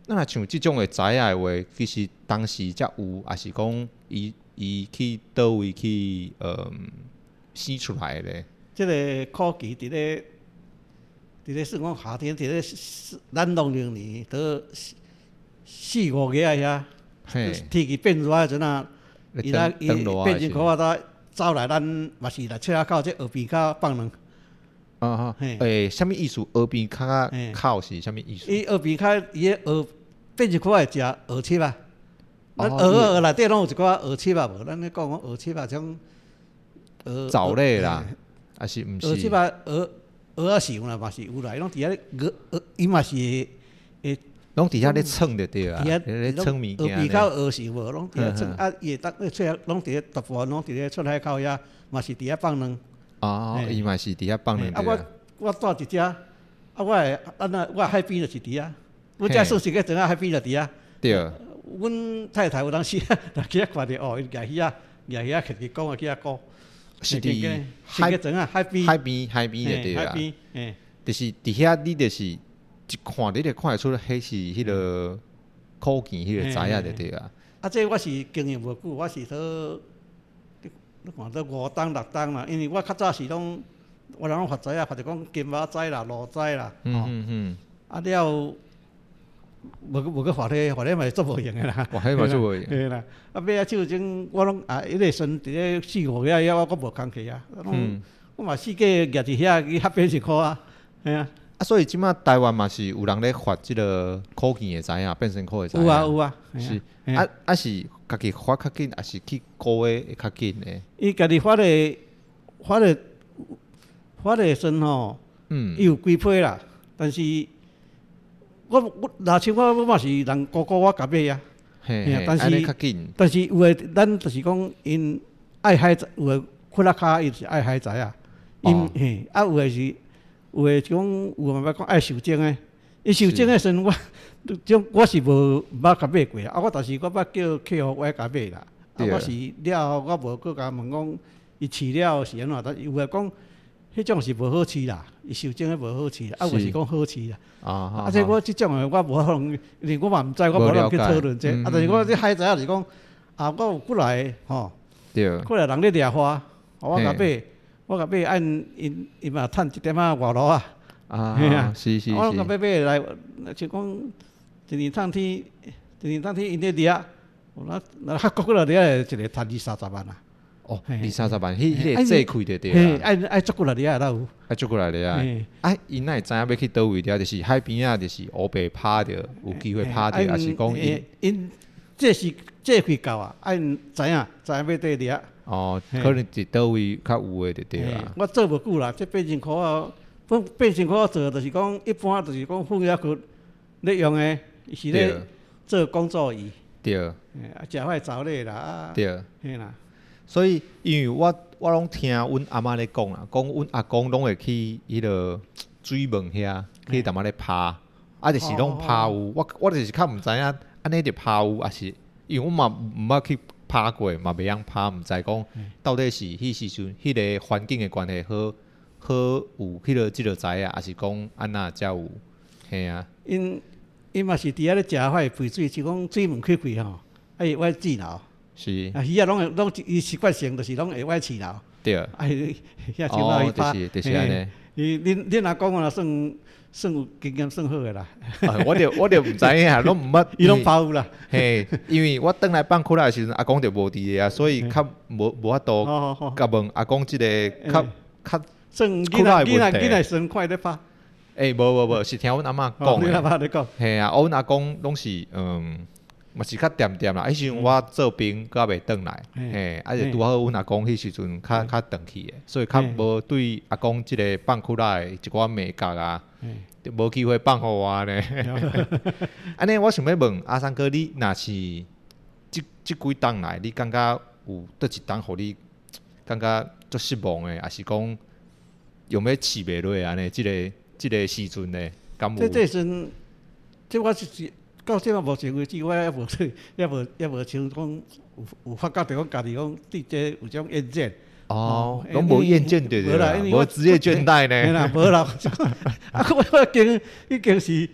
那若像即种的知影的话，其实当时才有，还是讲伊伊去倒位去呃生出来的咧？ 即个科技伫咧伫咧算讲夏天伫咧咱农历年得四五个啊遐，天气变热的阵啊，伊来伊变成苦啊，走来咱嘛是来车口这河边口放卵。 啊哈，诶，啥物意思？河边口啊口是啥物意思？ 伊河边口伊个河变成苦会食鹅翅啊，咱鹅鹅内底拢有一寡鹅翅啊无？咱咧讲讲鹅翅啊，种鹅藻类啦，还是毋是？ 鹅翅啊，鹅鹅啊是有啦，嘛是有啦，伊拢伫遐鹅鹅，伊嘛是会。 拢伫遐咧蹭着对啊，咧蹭物件。 河边口鹅是无，拢伫遐蹭啊，伊会当咧出，拢伫咧大部分拢伫咧出海口遐，嘛是伫遐放卵。 哦，伊嘛是伫遐放卵。 啊，我我带一只，啊，我诶，啊那我海边就是伫遐，我只算是个整啊海边就伫遐。 对。 阮太太有当时啊，若去遐看着哦，伊举起啊，举起啊，摕去讲啊，去遐讲。 是伫海整啊海边。 海边海边就对啦。 海边，诶。 就是伫遐，你就是一看你就看会出，迄是迄个科技，迄个知影就对啊。 啊，这我是经验无久，我是说。你看到五档六档啦，因为我较早是拢，我人拢发知啊，发就讲金马仔啦、路仔啦， 嗯嗯嗯， 啊了，无无个发咧，发咧嘛是做无用个啦， 发迄嘛做无用。 嘿啦，啊尾啊手种我拢啊，迄个孙伫咧四五个遐，我我无空去啊，嗯，我嘛四界举伫遐去合边是看啊，嘿啊。 啊，所以即马台湾嘛是有人咧发即个科技的知影，变身科的知影。 有啊有啊， 是啊啊是家己发较紧，还是去估的会较紧呢？ 伊家己发的发的发的时吼，嗯，伊有几批啦，但是我我若像我我嘛是人估估我甲买啊， 嘿， 但是较紧， 但是有诶，咱就是讲因爱海仔，有诶窟窿骹伊是爱海仔啊，因嘿啊有诶是。有诶种有嘛讲爱受精诶，伊受精诶时阵，我种我是无毋捌甲买过啊。我但是我捌叫客户我甲买啦。啊，我是了后我无搁甲问讲，伊饲了是安怎？但有诶讲，迄种是无好饲啦，伊受精诶无好饲啦。啊，有是讲好饲啦。啊，啊，即我即种诶我无可能，因为我嘛毋知，我无能去讨论这。啊，但是我即海仔是讲，啊，我有过来吼，过来人咧掠花，我甲买。我甲买按因因嘛趁一点仔外劳啊， 啊，是是是。 我甲买买来，像讲一年趁天，一年趁天因咧掠，那那较国过来掠，一个趁二三十万啊。 哦，二三十万，迄迄个这开的对啊。 爱爱捉过来掠啦有。 爱捉过来掠啊！啊，因哪会知影要去倒位掠？就是海边啊，就是乌白拍着，有机会拍着，还是讲因因这是这开到啊，爱知影知影要倒掠。 哦，可能伫倒位较有诶，就对啦。 我做无久啦，这八千箍啊，本八千箍做，就是讲一般就是讲放遐去咧用诶，是咧做工作椅。 对。 啊，食歹走咧啦。 对。 嘿啦。 所以，因为我我拢听阮阿嬷咧讲啦，讲阮阿公拢会去迄落水门遐去淡仔咧拍，啊，就是拢拍有。我我就是较毋知影，安尼就拍有，还是因为我嘛毋捌去。拍过嘛袂晓拍，毋知讲到底是迄时阵迄个环境的关系好，好有迄个即落知影，还是讲安那才有？嘿啊。 因因嘛是伫遐咧食歹肥水，是讲水门开开吼，爱歪煮闹。 是。 啊，鱼啊拢会拢伊习惯性就是拢会歪饲闹。 对。 哎，遐像那去拍。 哦，就是就是安尼。 伊恁恁阿公啊，算算有经验算好个啦。 我着我着毋知影，拢毋捌。 伊拢包有啦。 嘿，因为我倒来放窟来的时阵，阿公着无伫个啊，所以较无无法度甲问阿公即个较较算囡仔囡仔囡仔算快咧拍。 诶，无无无，是听阮阿嬷讲诶。恁阿嬷咧讲。 嘿啊，阮阿公拢是嗯，嘛是较掂掂啦。迄时阵我做兵，搁也袂倒来，嘿，啊就拄好阮阿公迄时阵较较长去诶，所以较无对阿公即个放窟来一寡美角啊。无机会放互我呢。安尼，我想要问阿三哥，你若是即即几档来，你感觉有倒一档互你感觉足失望诶，还是讲用要饲袂落安尼？即个即个时阵呢，敢有？ 这这时阵，这我是到即嘛目前为止，我也无也无也无像讲有有发觉着讲家己讲对这有种厌倦。 哦，拢无厌倦对对啦，无职业倦怠呢。 嘿啦，无啦。啊，我我已经已经是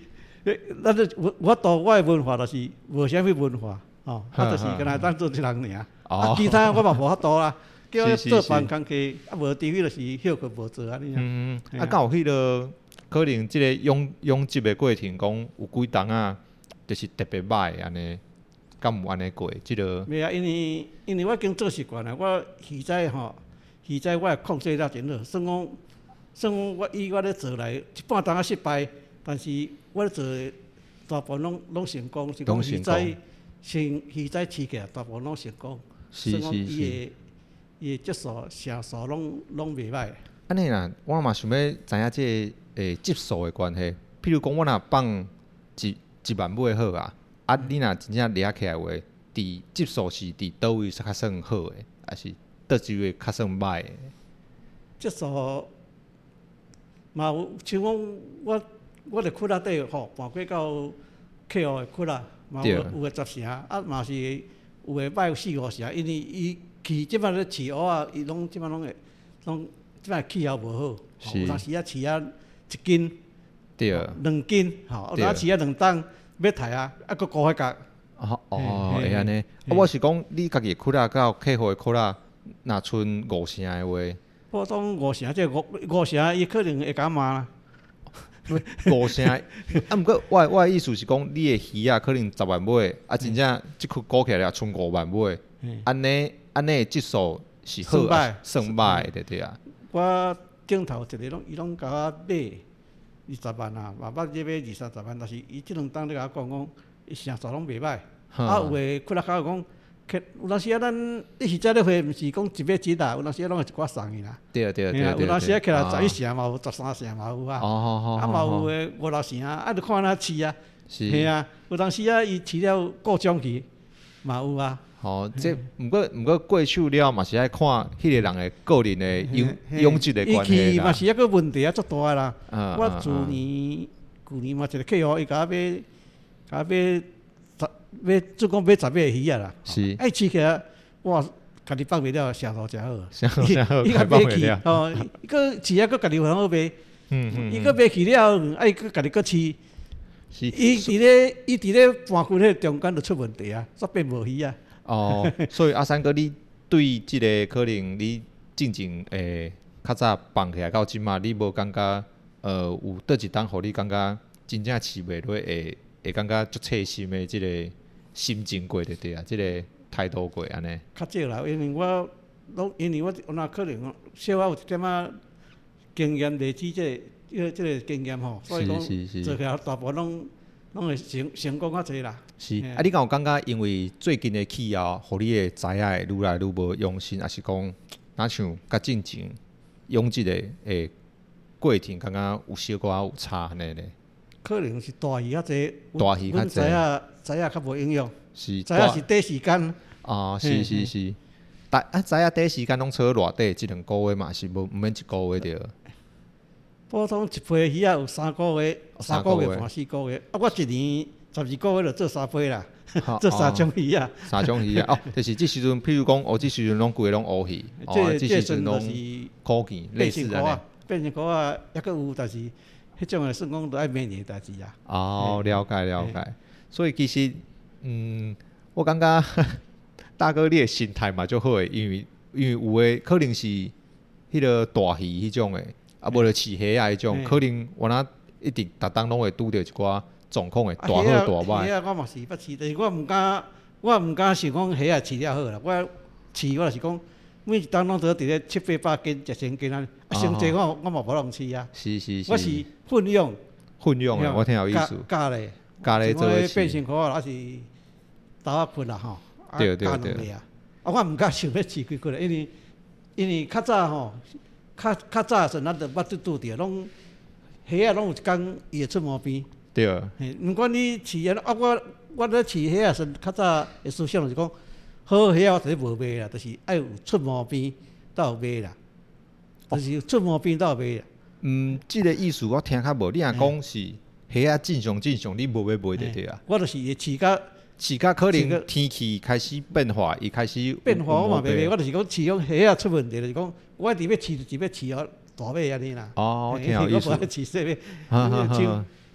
咱这我我度我的文化就是无啥物文化，吼，我就是干那当做一人尔，啊，其他我嘛无法度啦。叫做办工课，啊无除非就是休课无做安尼。 嗯，啊，敢有迄落可能即个养养殖的过程，讲有几档啊，就是特别歹安尼，敢有安尼过？即落。 袂啊，因为因为我已经做习惯了，我鱼仔吼，鱼仔我也控制了真好。算讲算讲我以我咧做来，一半档啊失败，但是我咧做大部分拢拢成功，是讲鱼仔先鱼仔饲起来，大部分拢成功。 是是是。 伊的质素、成数拢拢袂歹。 安尼啦，我嘛想要知影即个诶质素的关系。譬如讲，我若放一一万尾好啊，啊，你若真正掠起来话，伫质素是伫倒位是较算好诶，还是倒一位较算歹诶？ 质素嘛有，像讲我我伫窟仔底吼，搬过到客户的窟仔，嘛有有诶十成，啊嘛是有诶歹有四五成，因为伊。饲即摆咧饲蚵仔，伊拢即摆拢会，拢即摆气候无好，有当时啊饲啊一斤， 对， 两斤，吼，有当时啊两担要刣啊，啊佫高迄角。 哦哦，会安尼。啊，我是讲你家己窟仔到客户的窟仔，若剩五成的话， 普通五成，即五五成，伊可能会甲骂啦。 五成，啊，毋过我我的意思是讲，你的鱼啊可能十万尾，啊真正即区估起来剩五万尾，安尼。安尼的质素是好啊，算歹的对啊。 我顶头一个拢，伊拢甲我买二十万啊，嘛捌去买二三十万，但是伊即两档咧甲我讲讲，伊成数拢袂歹。啊，有诶，窟仔口讲，有当时啊，咱你实在咧花，毋是讲一尾一啦，有当时拢会一寡送伊啦。 对啊对啊对啊。 有当时啊，起来十一成嘛有，十三成嘛有啊。 哦好好。 啊嘛有诶五六成啊，啊，就看咱饲啊。 是。 嘿啊，有当时啊，伊饲了各种鱼嘛有啊。 哦，即毋过毋过过手了嘛是爱看迄个人的个人的养养殖的关系啦。 伊去嘛是一个问题啊，足大啦。 嗯、 我去年去年嘛一个客户，伊甲我买，甲我买十买，总共买十尾鱼啊啦。 是。 哎，饲起来，哇，家己放袂了，成数诚好。 成数诚好， 伊家买去，哦，伊佫饲啊，佫家己很好卖。 嗯嗯。 伊佫买去了，哎，佫家己佫饲。 是。 伊伫咧，伊伫咧搬开迄中间就出问题啊，煞变无鱼啊。 哦，所以阿三哥，你对即个可能你进前诶较早放起来到即马，你无感觉呃有倒一档，互你感觉真正饲袂落会会感觉足切心的即个心情过着对啊，即个态度过安尼。 较少啦，因为我拢因为我有哪可能小可有一点仔经验累积，即个即个即个经验吼，所以讲做起来大部分拢拢会成成功较济啦。 是，啊，你敢有感觉因为最近的气候，互你的知影会愈来愈无用心，还是讲若像甲进前养殖的诶过程，感觉有小可仔有差安尼咧？ 可能是大鱼较济， 大鱼较济， 知影知影较无营养， 是知影是短时间。 啊，是是是，但啊知影短时间拢找偌短，一两个月嘛，是无毋免一个月着。 普通一批鱼啊有三个月，三个月半四个月，啊，我一年。十二个月就做三批啦，做三种鱼啊。 三种鱼啊，哦，就是即时阵，譬如讲，哦，即时阵拢规个拢乌鱼，哦，即时阵拢苦鱼，类似安尼。 变成苦啊，抑佫有，但是迄种诶算讲都爱每年代志啊。 哦，了解了解。所以其实，嗯，我感觉大哥你诶心态嘛足好诶，因为因为有诶可能是迄个大鱼迄种诶，啊，无就饲虾啊迄种，可能我若一直逐当拢会拄着一寡。状况会大好大歹。 虾啊，我嘛是捌饲，但是我毋敢，我毋敢想讲虾啊饲了好啦。我饲我就是讲，每一档拢得伫咧七八百斤、一千斤啊。啊，上济我我嘛无能饲啊。 是是是。 我是混用。 混用啊，我听有意思。 加咧。 加咧做伙饲。 变成可啊，还是豆仔骨啦吼。 对对对。 啊，我毋敢想要饲几骨啦，因为因为较早吼，较较早时咱就捌拄拄着，拢虾啊拢有一工伊会出毛病。 对， 嘿，毋管你饲啊，啊我我咧饲虾啊，时较早的思想就是讲，好虾啊，就是无卖啦，就是爱有出毛病才有卖啦，就是出毛病才有卖啦。 嗯，即个意思我听较无，你若讲是虾啊正常正常，你无要卖就对啊。 我就是会饲甲饲甲可能天气开始变化，伊开始变化我嘛袂卖，我就是讲饲种虾啊出问题，就是讲我伫要饲就要饲哦大尾安尼啦。 哦，挺有意思。 我无爱饲细尾， 哈哈哈。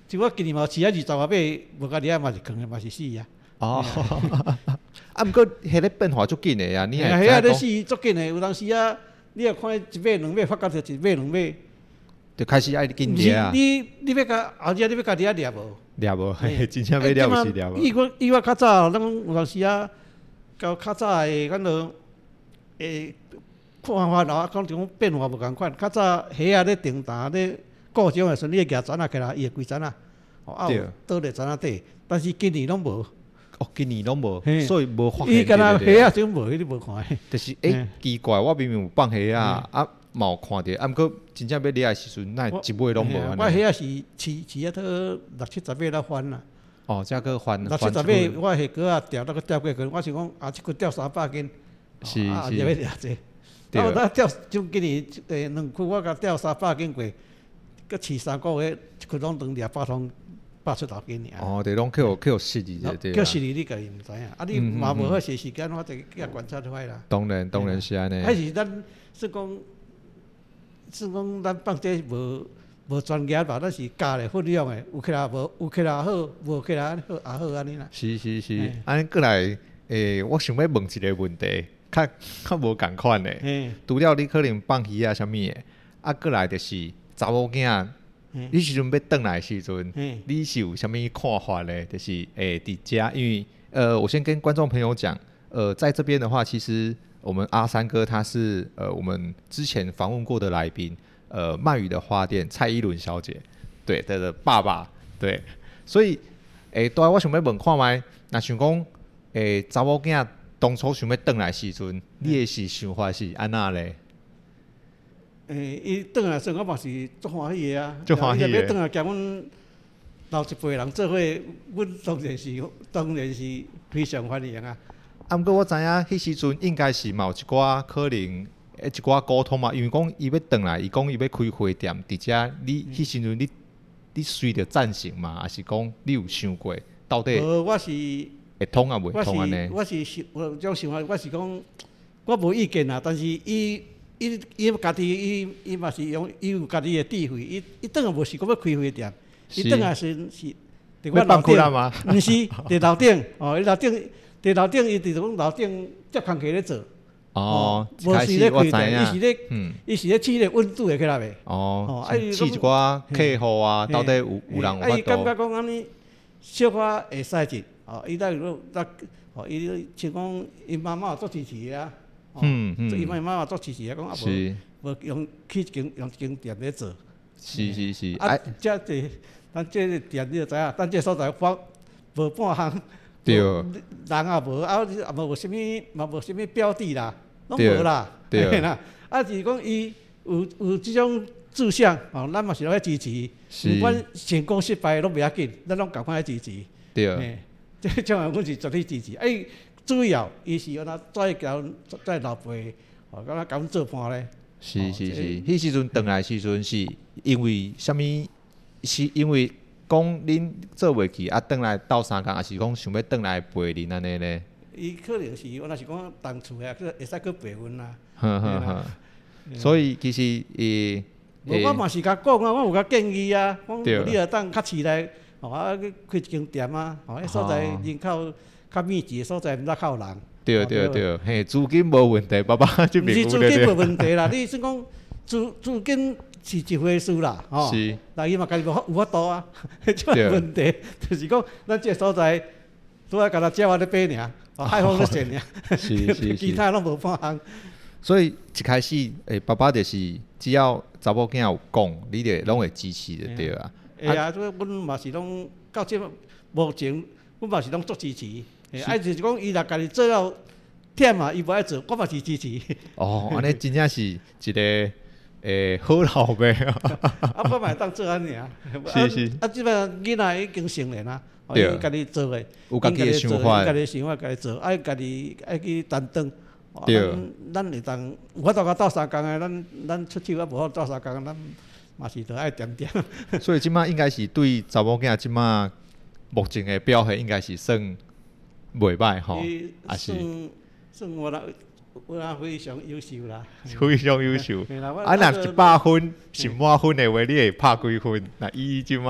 像我今年嘛饲啊二十外尾，无甲你啊嘛是坑的，嘛是死啊。 哦，啊，毋过迄个变化足紧的啊，你哎呀，迄个死足紧的，有当时啊，你若看一尾两尾，发觉着一尾两尾， 就开始爱紧掠啊。 你你要甲后日你要家己啊掠无？ 掠无，真正要掠是掠无。 以我以我较早，咱有当时啊，到较早的，咱就诶看法啦，讲种变化无共款。较早虾啊咧定档咧固种的时阵，你会举针啊起来，伊会规针啊，哦啊有倒咧针啊底，但是今年拢无。 哦，今年拢无，所以无发现。 伊敢若虾啊种无，你无看。 就是诶，奇怪，我明明有放虾啊，啊嘛有看着，啊毋过真正要掠的时阵，那一尾拢无安尼。 我虾啊是饲饲啊，到六七十尾才翻啦。 哦，才个翻六七十尾，我虾哥啊钓那个钓过去，我是讲啊，即个钓三百斤， 是是。 啊，要掠济。啊，我钓种今年诶两区，我甲钓三百斤过，佮饲三个月，一区拢当掠百通。百出头斤尔。 哦，对，拢去有去有实力对。 去实力你家己毋知影，啊你嘛无好些时间，我就甲观察出来啦。 当然，当然是安尼。 还是咱算讲，算讲咱放这无无专业吧，咱是教咧分享诶，有起来无，有起来好，无起来好也好安尼啦。 是是是，安尼过来诶，我想要问一个问题，较较无共款诶。除了你可能放鱼啊啥物诶，啊过来就是查某囝。你时阵要转来的时阵，你是有啥物看法呢？就是诶，伫遮，因为呃，我先跟观众朋友讲，呃，在这边的话，其实我们阿三哥他是呃我们之前访问过的来宾，呃，鳗鱼的花店蔡依伦小姐，对的的爸爸，对，所以诶，对，我想要问看卖，若想讲诶，查某囝当初想要转来的时阵，你的是想法是安那咧？ 诶，伊转来时，我嘛是足欢喜的啊！ 足欢喜的。 伊若要转来，甲阮老一辈人做伙，阮当然是当然是非常欢迎啊！ 啊，毋过我知影，迄时阵应该是嘛有一寡可能，诶一寡沟通嘛，因为讲伊要转来，伊讲伊要开花店，伫遮你迄时阵你你随着赞成嘛，还是讲你有想过到底？ 呃，我是会通啊，袂通安尼？ 我是想，我种想法，我是讲，我无意见啦，但是伊。伊伊家己伊伊嘛是用伊有家己的智慧，伊伊转来无是讲要开花店，伊转来是是伫我楼顶，毋是伫楼顶哦，伊楼顶伫楼顶伊伫讲楼顶接空气咧做。 哦， 无是咧开店，伊是咧嗯， 伊是咧试咧温度会起来袂？ 哦，试一寡客户啊，到底有有人有法度？ 啊，伊感觉讲安尼小可会使进，哦，伊当如咱哦，伊像讲伊妈妈做支持啊。嗯嗯，伊妈妈做支持啊，讲啊无无用去一间用一间店咧做。 是是是。 啊，遮这咱这个店你就知影，咱这所在方无半项。 对。 人也无，啊也无啥物，嘛无啥物标的啦，拢无啦。 对。 啦，啊是讲伊有有即种志向，哦，咱嘛是来支持。是。不管成功失败拢袂要紧，咱拢共款来支持。 对。 这种啊，阮是绝对支持。哎。主要，伊是安那再交再老辈，哦，敢若甲阮做伴咧。 是是是，迄时阵转来时阵是因为啥物？是因为讲恁做袂去啊，转来斗相共，还是讲想要转来陪恁安尼咧？ 伊可能是，我若是讲同厝诶，会使去陪阮啦。 呵呵呵。所以其实伊， 无我嘛是甲讲啊，我有甲建议啊，讲你若当较市内，吼啊去开一间店啊，吼，迄所在人口。较密集的所在，毋则较有人。 对对对，嘿，资金无问题，爸爸这边有。毋是资金无问题啦，你算讲资资金是一回事啦，吼。是。但伊嘛家己有有法度啊，即个问题就是讲，咱这所在拄仔甲他鸟仔咧爬尔，海风咧扇尔， 是是其他拢无半项。 所以一开始，诶，爸爸就是只要查某囝有讲，你就拢会支持就对啊。 会啊，所以阮嘛是拢到即目前，阮嘛是拢足支持。哎，就是讲，伊若家己做了忝嘛，伊无爱做，我嘛是支持。 哦，安尼真正是一个诶好老爸。 啊，我嘛当做安尼啊。 是是。 啊，即摆囡仔已经成年啦，伊家己做诶， 有家己诶想法， 家己想法家己做，爱家己爱去担当。 对。 咱会当有法度甲斗相共诶，咱咱出手啊无法斗相共，咱嘛是着爱点点。 所以即摆应该是对查某囝即摆目前诶表现应该是算。袂歹吼， 也是算我啦，我啦非常优秀啦， 非常优秀。啊，若一百分是满分的话，你会拍几分？那伊即马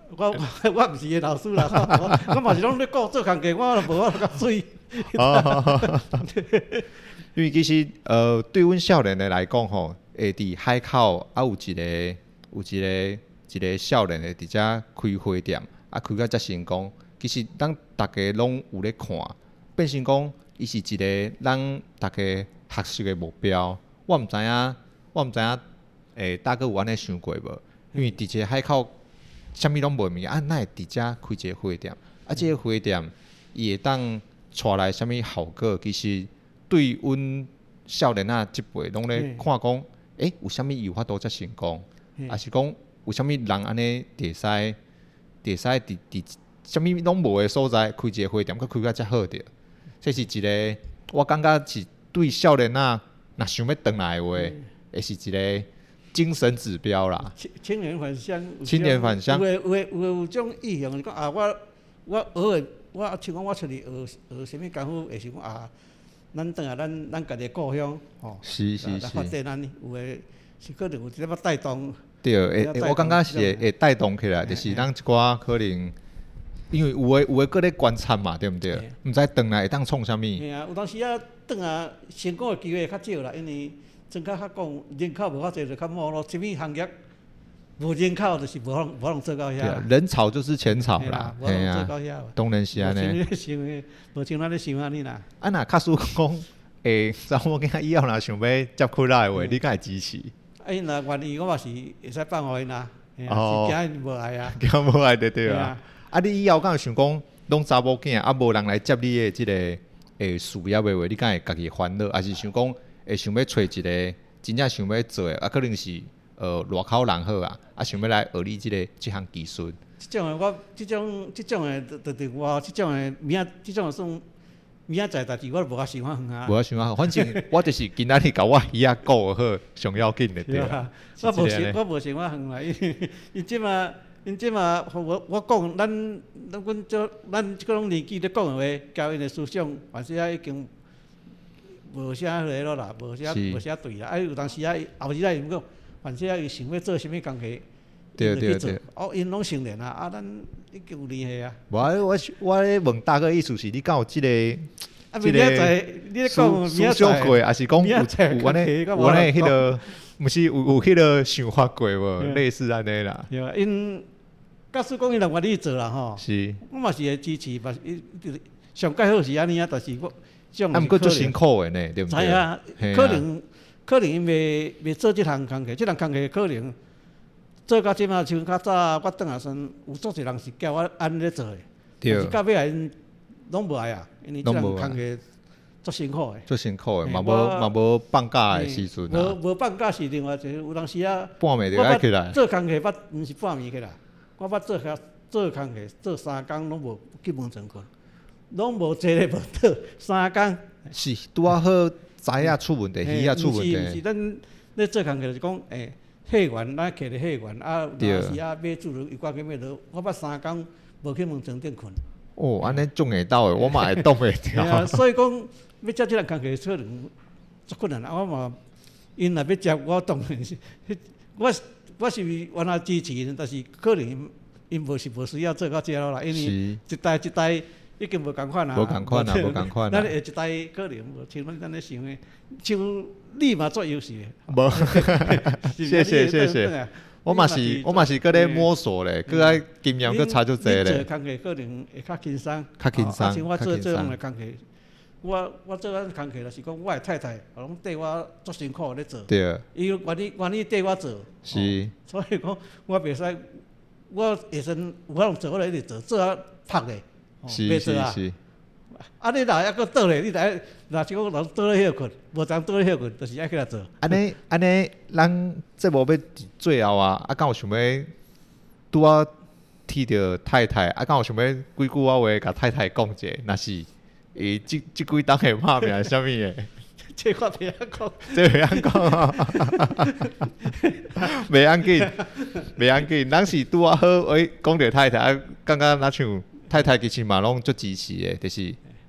我我我毋是个老师啦，我我嘛是拢咧顾做工课，我无法度较水。 因为其实呃，对阮少年的来讲吼，会伫海口啊有一个有一个一个少年的伫遮开花店，啊开甲遮成功。其实咱大家拢有咧看，变成讲伊是一个咱大家学习的目标。我毋知影，我毋知影，诶、欸，大哥有安尼想过无？因为伫一个海口，啥物拢无物件，啊，哪会伫遮开一个花店？啊，即、这个花店伊会当带来啥物效果？其实对阮少年仔即辈拢咧看讲，诶、欸，有啥物有法度才成功？啊是讲有啥物人安尼会使会使伫伫啥物拢无诶所在开一个花店，佮开甲遮好着？这是一个我感觉是对少年仔若想要转来诶话，会是一个精神指标啦。 青年返乡， 青年返乡， 有诶有诶有诶有种意向，是讲啊，我我学诶，我像讲我出去学学啥物功夫，会是讲啊，咱转来咱咱家己故乡，吼， 是是是， 来发展咱有诶是可能有一点仔带动。 对，会我感觉是会会带动起来，就是咱一寡可能。因为有诶有诶，搁咧观察嘛，对毋对？毋知转来会当创啥物？ 嘿啊，有当时啊，转啊成功诶机会较少啦，因为真较较讲人口无遐济，就较冇咯。什物行业无人口，就是无通无通做到遐。 对啊，人潮就是钱潮啦， 无通做到遐。 当然是安尼。 无像你想诶，无像咱咧想安尼啦。 啊，若假使讲，诶，查某囝以后若想要接开来诶话，你敢会支持？ 啊，因若愿意，我嘛是会使放互因啦。 哦， 是惊无爱啊。 惊无爱对对啊。啊！你以后敢有想讲，拢查某囝啊，无人来接你的即个诶事业的话，你敢会家己烦恼，还是想讲会想要找一个真正想要做的，啊，可能是呃外口人好啊，啊想要来学你即、這个即项技术。 即种的我，即种即种的，就就我即种的明仔，即种算明仔载代志，我都无遐想法远啊。 无遐想法远，反正我就是今仔日甲我鱼仔顾好，上要紧的对啊。 我无想，我无想法远啦，因因即马。因即嘛，我我讲，咱咱阮做咱即个种年纪咧讲的话，教因的思想，凡是啊已经无啥个咯啦，无啥无啥对啦。啊，有当时啊，后日啊，伊讲，凡是啊，伊想要做啥物工课， 对对对。 哦，因拢成年啊，啊，咱已经有联系啊。 无啊，我我咧问大哥意思是，你敢有即个即个思思想过，还是讲有有安尼有安尼迄个，毋是有有迄个想法过无？类似安尼啦。 对啊，因。假使讲伊若愿意做啦吼， 是， 我嘛是会支持，嘛是上介好是安尼啊，但是我种啊，毋过足辛苦的呢，对毋对？ 知啊，可能可能因袂袂做即项工课，即项工课可能做到即马像较早我转来时，有足侪人是叫我安尼做的，但是到尾来因拢无爱啊，因为即项工课足辛苦的。 足辛苦的，嘛无嘛无放假的时阵啊。 无无放假是另外一个，有当时啊， 半暝就爱起来。 做工课捌毋是半暝起来。我捌做遐做工课，做三工拢无去门床困，拢无坐咧无倒三工。 是拄啊好，知影出问题，鱼啊出问题。 毋是毋是，咱咧做工课就是讲，诶，货源咱摕咧货源，啊，有时啊买煮肉，又挂去买落，我捌三工无去门床顶困。 哦，安尼种会到诶，我嘛会冻袂掉。 啊，所以讲要接即项工课可能足困难啊！我嘛，因若要接我当然是，我。我是原来支持因，但是可能因无是无需要做到遮咯啦，因为一代一代已经无共款啦。 无共款啦，无共款啦。咱下一代可能无像咱咧想诶，像你嘛做优势。 无，谢谢谢谢。我嘛是我嘛是搁咧摸索咧，搁爱经验搁差足济咧。 做工课可能会较轻松。 较轻松。 像我做这样诶工课。我我做咱工课就是讲，我诶太太拢缀我足辛苦咧做， 对， 伊愿意愿意缀我做， 是， 所以讲我袂使，我下身有法通做，我就一直做，做啊拍咧， 是是是。 啊，你若还佫倒咧，你若若是讲人倒咧休困，无通倒咧休困，就是爱起来做。 安尼安尼，咱节目要最后啊，啊，敢有想要拄啊踢着太太，啊，敢有想要几句仔话甲太太讲者，若是。伊即即几档的拍名是啥物诶？ 这我袂晓讲， 这袂晓讲啊！袂要紧，袂要紧。咱是拄啊好，诶，讲着太太，啊，感觉若像太太其实嘛拢足支持诶，就是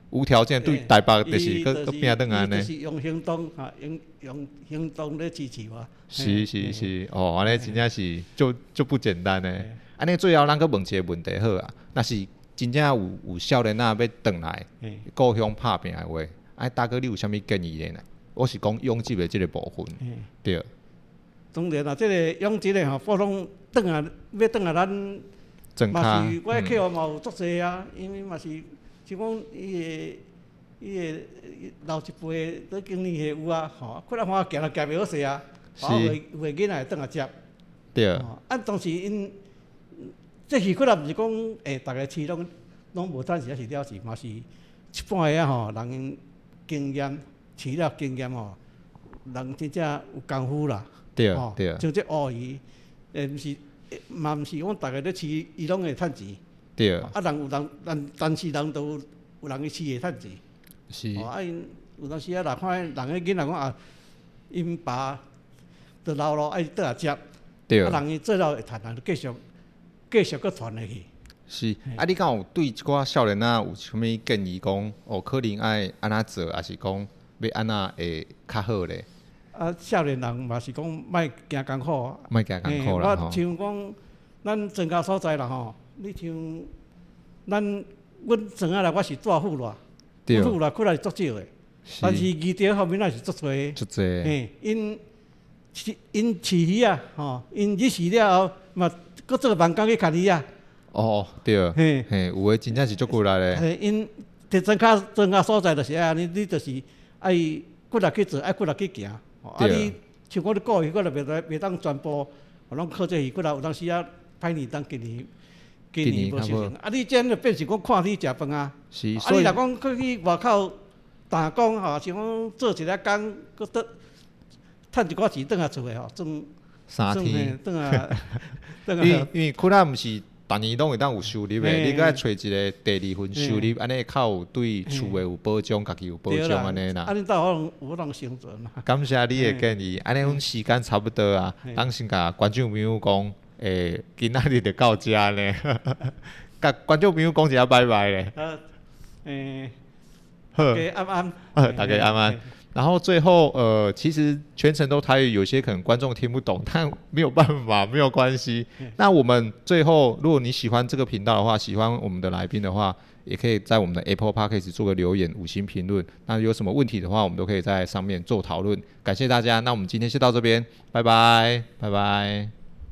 无条件对台北就是伊搁搁拼转安尼。 就是用行动哈，用用行动咧支持我。 是是是，哦，安尼真正是就就不简单呢。安尼最后咱搁问一个问题好啊，若是真正有有少年仔要转来故乡拍拼的话，哎，大哥你有啥物建议咧？我是讲养殖的即个部分，对。 当然啦，即个养殖的吼，普通转来要转来咱，嘛是我的客户嘛有足侪啊，因为嘛是像讲伊个伊个老一辈做经理的有啊，吼，可能我行也行袂好势啊，吼，有有个囡仔会转来接， 对。 啊，当时因这是可能毋是讲诶，逐个市拢拢无趁时还是了时，嘛是一半个啊吼，人经验饲了经验吼，人真正有功夫啦。 对对， 像这鳄鱼，诶，毋是，嘛毋是讲逐个咧饲，伊拢会趁钱。 对。 啊，人有人，人但是人都有有人去饲会趁钱。 是。 哦，啊，因有当时啊，若看人个囡仔讲啊，因爸都老咯，爱倒来接。 对。 啊，人伊做了会趁，人就继续继续搁传落去。 是。啊，你敢有对一寡少年仔有啥物建议讲？哦，可能爱安怎做，还是讲要安怎会较好咧？ 啊，少年人嘛是讲莫惊艰苦啊， 莫惊艰苦啦。 我像讲，咱庄稼所在啦吼，你像咱阮庄仔内我是大户啦，大户啦，可能是足少的，但是鱼钓方面也是足多。 足多。 嘿，因因饲鱼啊，吼，因日饲了后嘛，搁做慢工去牵鱼啊。 哦，对。嘿嘿，有诶真正是足过来咧。 嘿，因伫庄稼庄稼所在就是安尼，你就是爱骨力去做，爱骨力去行。啊！你像我咧顾鱼，我就袂当袂当全部，我拢靠这鱼，骨力有当时啊，歹年当今年今年无收成。啊！你这样就变成讲看你食饭啊。 是。 啊！你若讲去外口打工吼，像讲做一个工，搁得趁一寡钱转来厝诶吼，算三天转来转来。 因为因为可能毋是。逐年拢会当有收入诶，你搁爱找一个第二份收入，安尼较有对厝诶有保障，家己有保障安尼啦。 安尼倒有有通生存啦。 感谢你诶建议，安尼阮时间差不多啊，咱先甲观众朋友讲，诶，今仔日就到遮呢，甲观众朋友讲一下拜拜咧。 呃，诶，大家安安，大家安安。然后最后，呃，其实全程都台语，有些可能观众听不懂，但没有办法，没有关系。那我们最后，如果你喜欢这个频道的话，喜欢我们的来宾的话，也可以在我们的 Apple Podcast 做个留言、五星评论。那有什么问题的话，我们都可以在上面做讨论。感谢大家，那我们今天就到这边，拜拜，拜拜。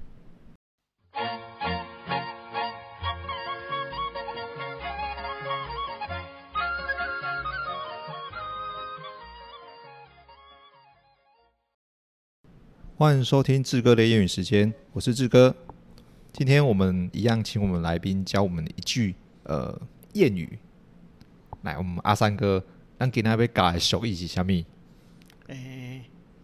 欢迎收听志哥的谚语时间，我是志哥。今天我们一样请我们来宾教我们一句呃谚语。来，我们阿三哥，咱今仔要教的俗语是啥物？ 诶，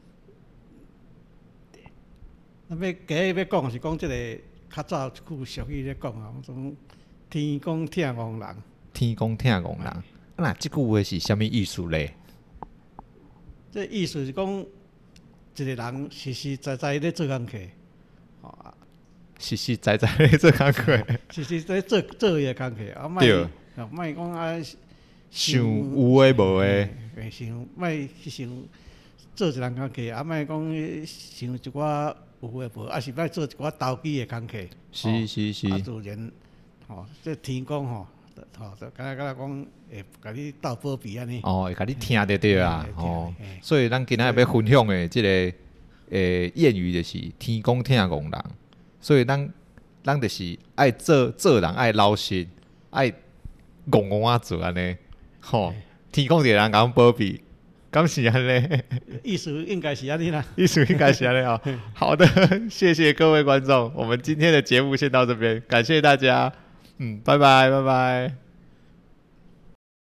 咱要今日要讲是讲即个较早一句俗语咧讲啊，种天公疼憨人。 天公疼憨人，那即句话是啥物意思咧？ 这意思是讲。一个人实实在在咧做工课，吼、啊， 实实在在咧做工课， 实实在做做伊个工课，啊，莫，莫讲啊， 想有诶无诶， 想莫去想做一人工课，啊，莫讲想一寡有诶无，啊是莫做一寡投机诶工课， 是是是， 啊，自然，吼，这天公吼。吼，就敢若敢若讲会甲你斗保庇安尼。 哦，会甲你听着对啊，哦，所以咱今仔要分享的即、這个诶谚语就是天公疼憨人，所以咱咱就是爱做做人爱老实，爱憨憨啊做安尼，吼，天公一个人甲阮保庇，敢是安尼？ 意思应该是安尼啦。 意思应该是安尼哦。好的，谢谢各位观众，我们今天的节目先到这边，感谢大家。嗯，拜拜，拜拜。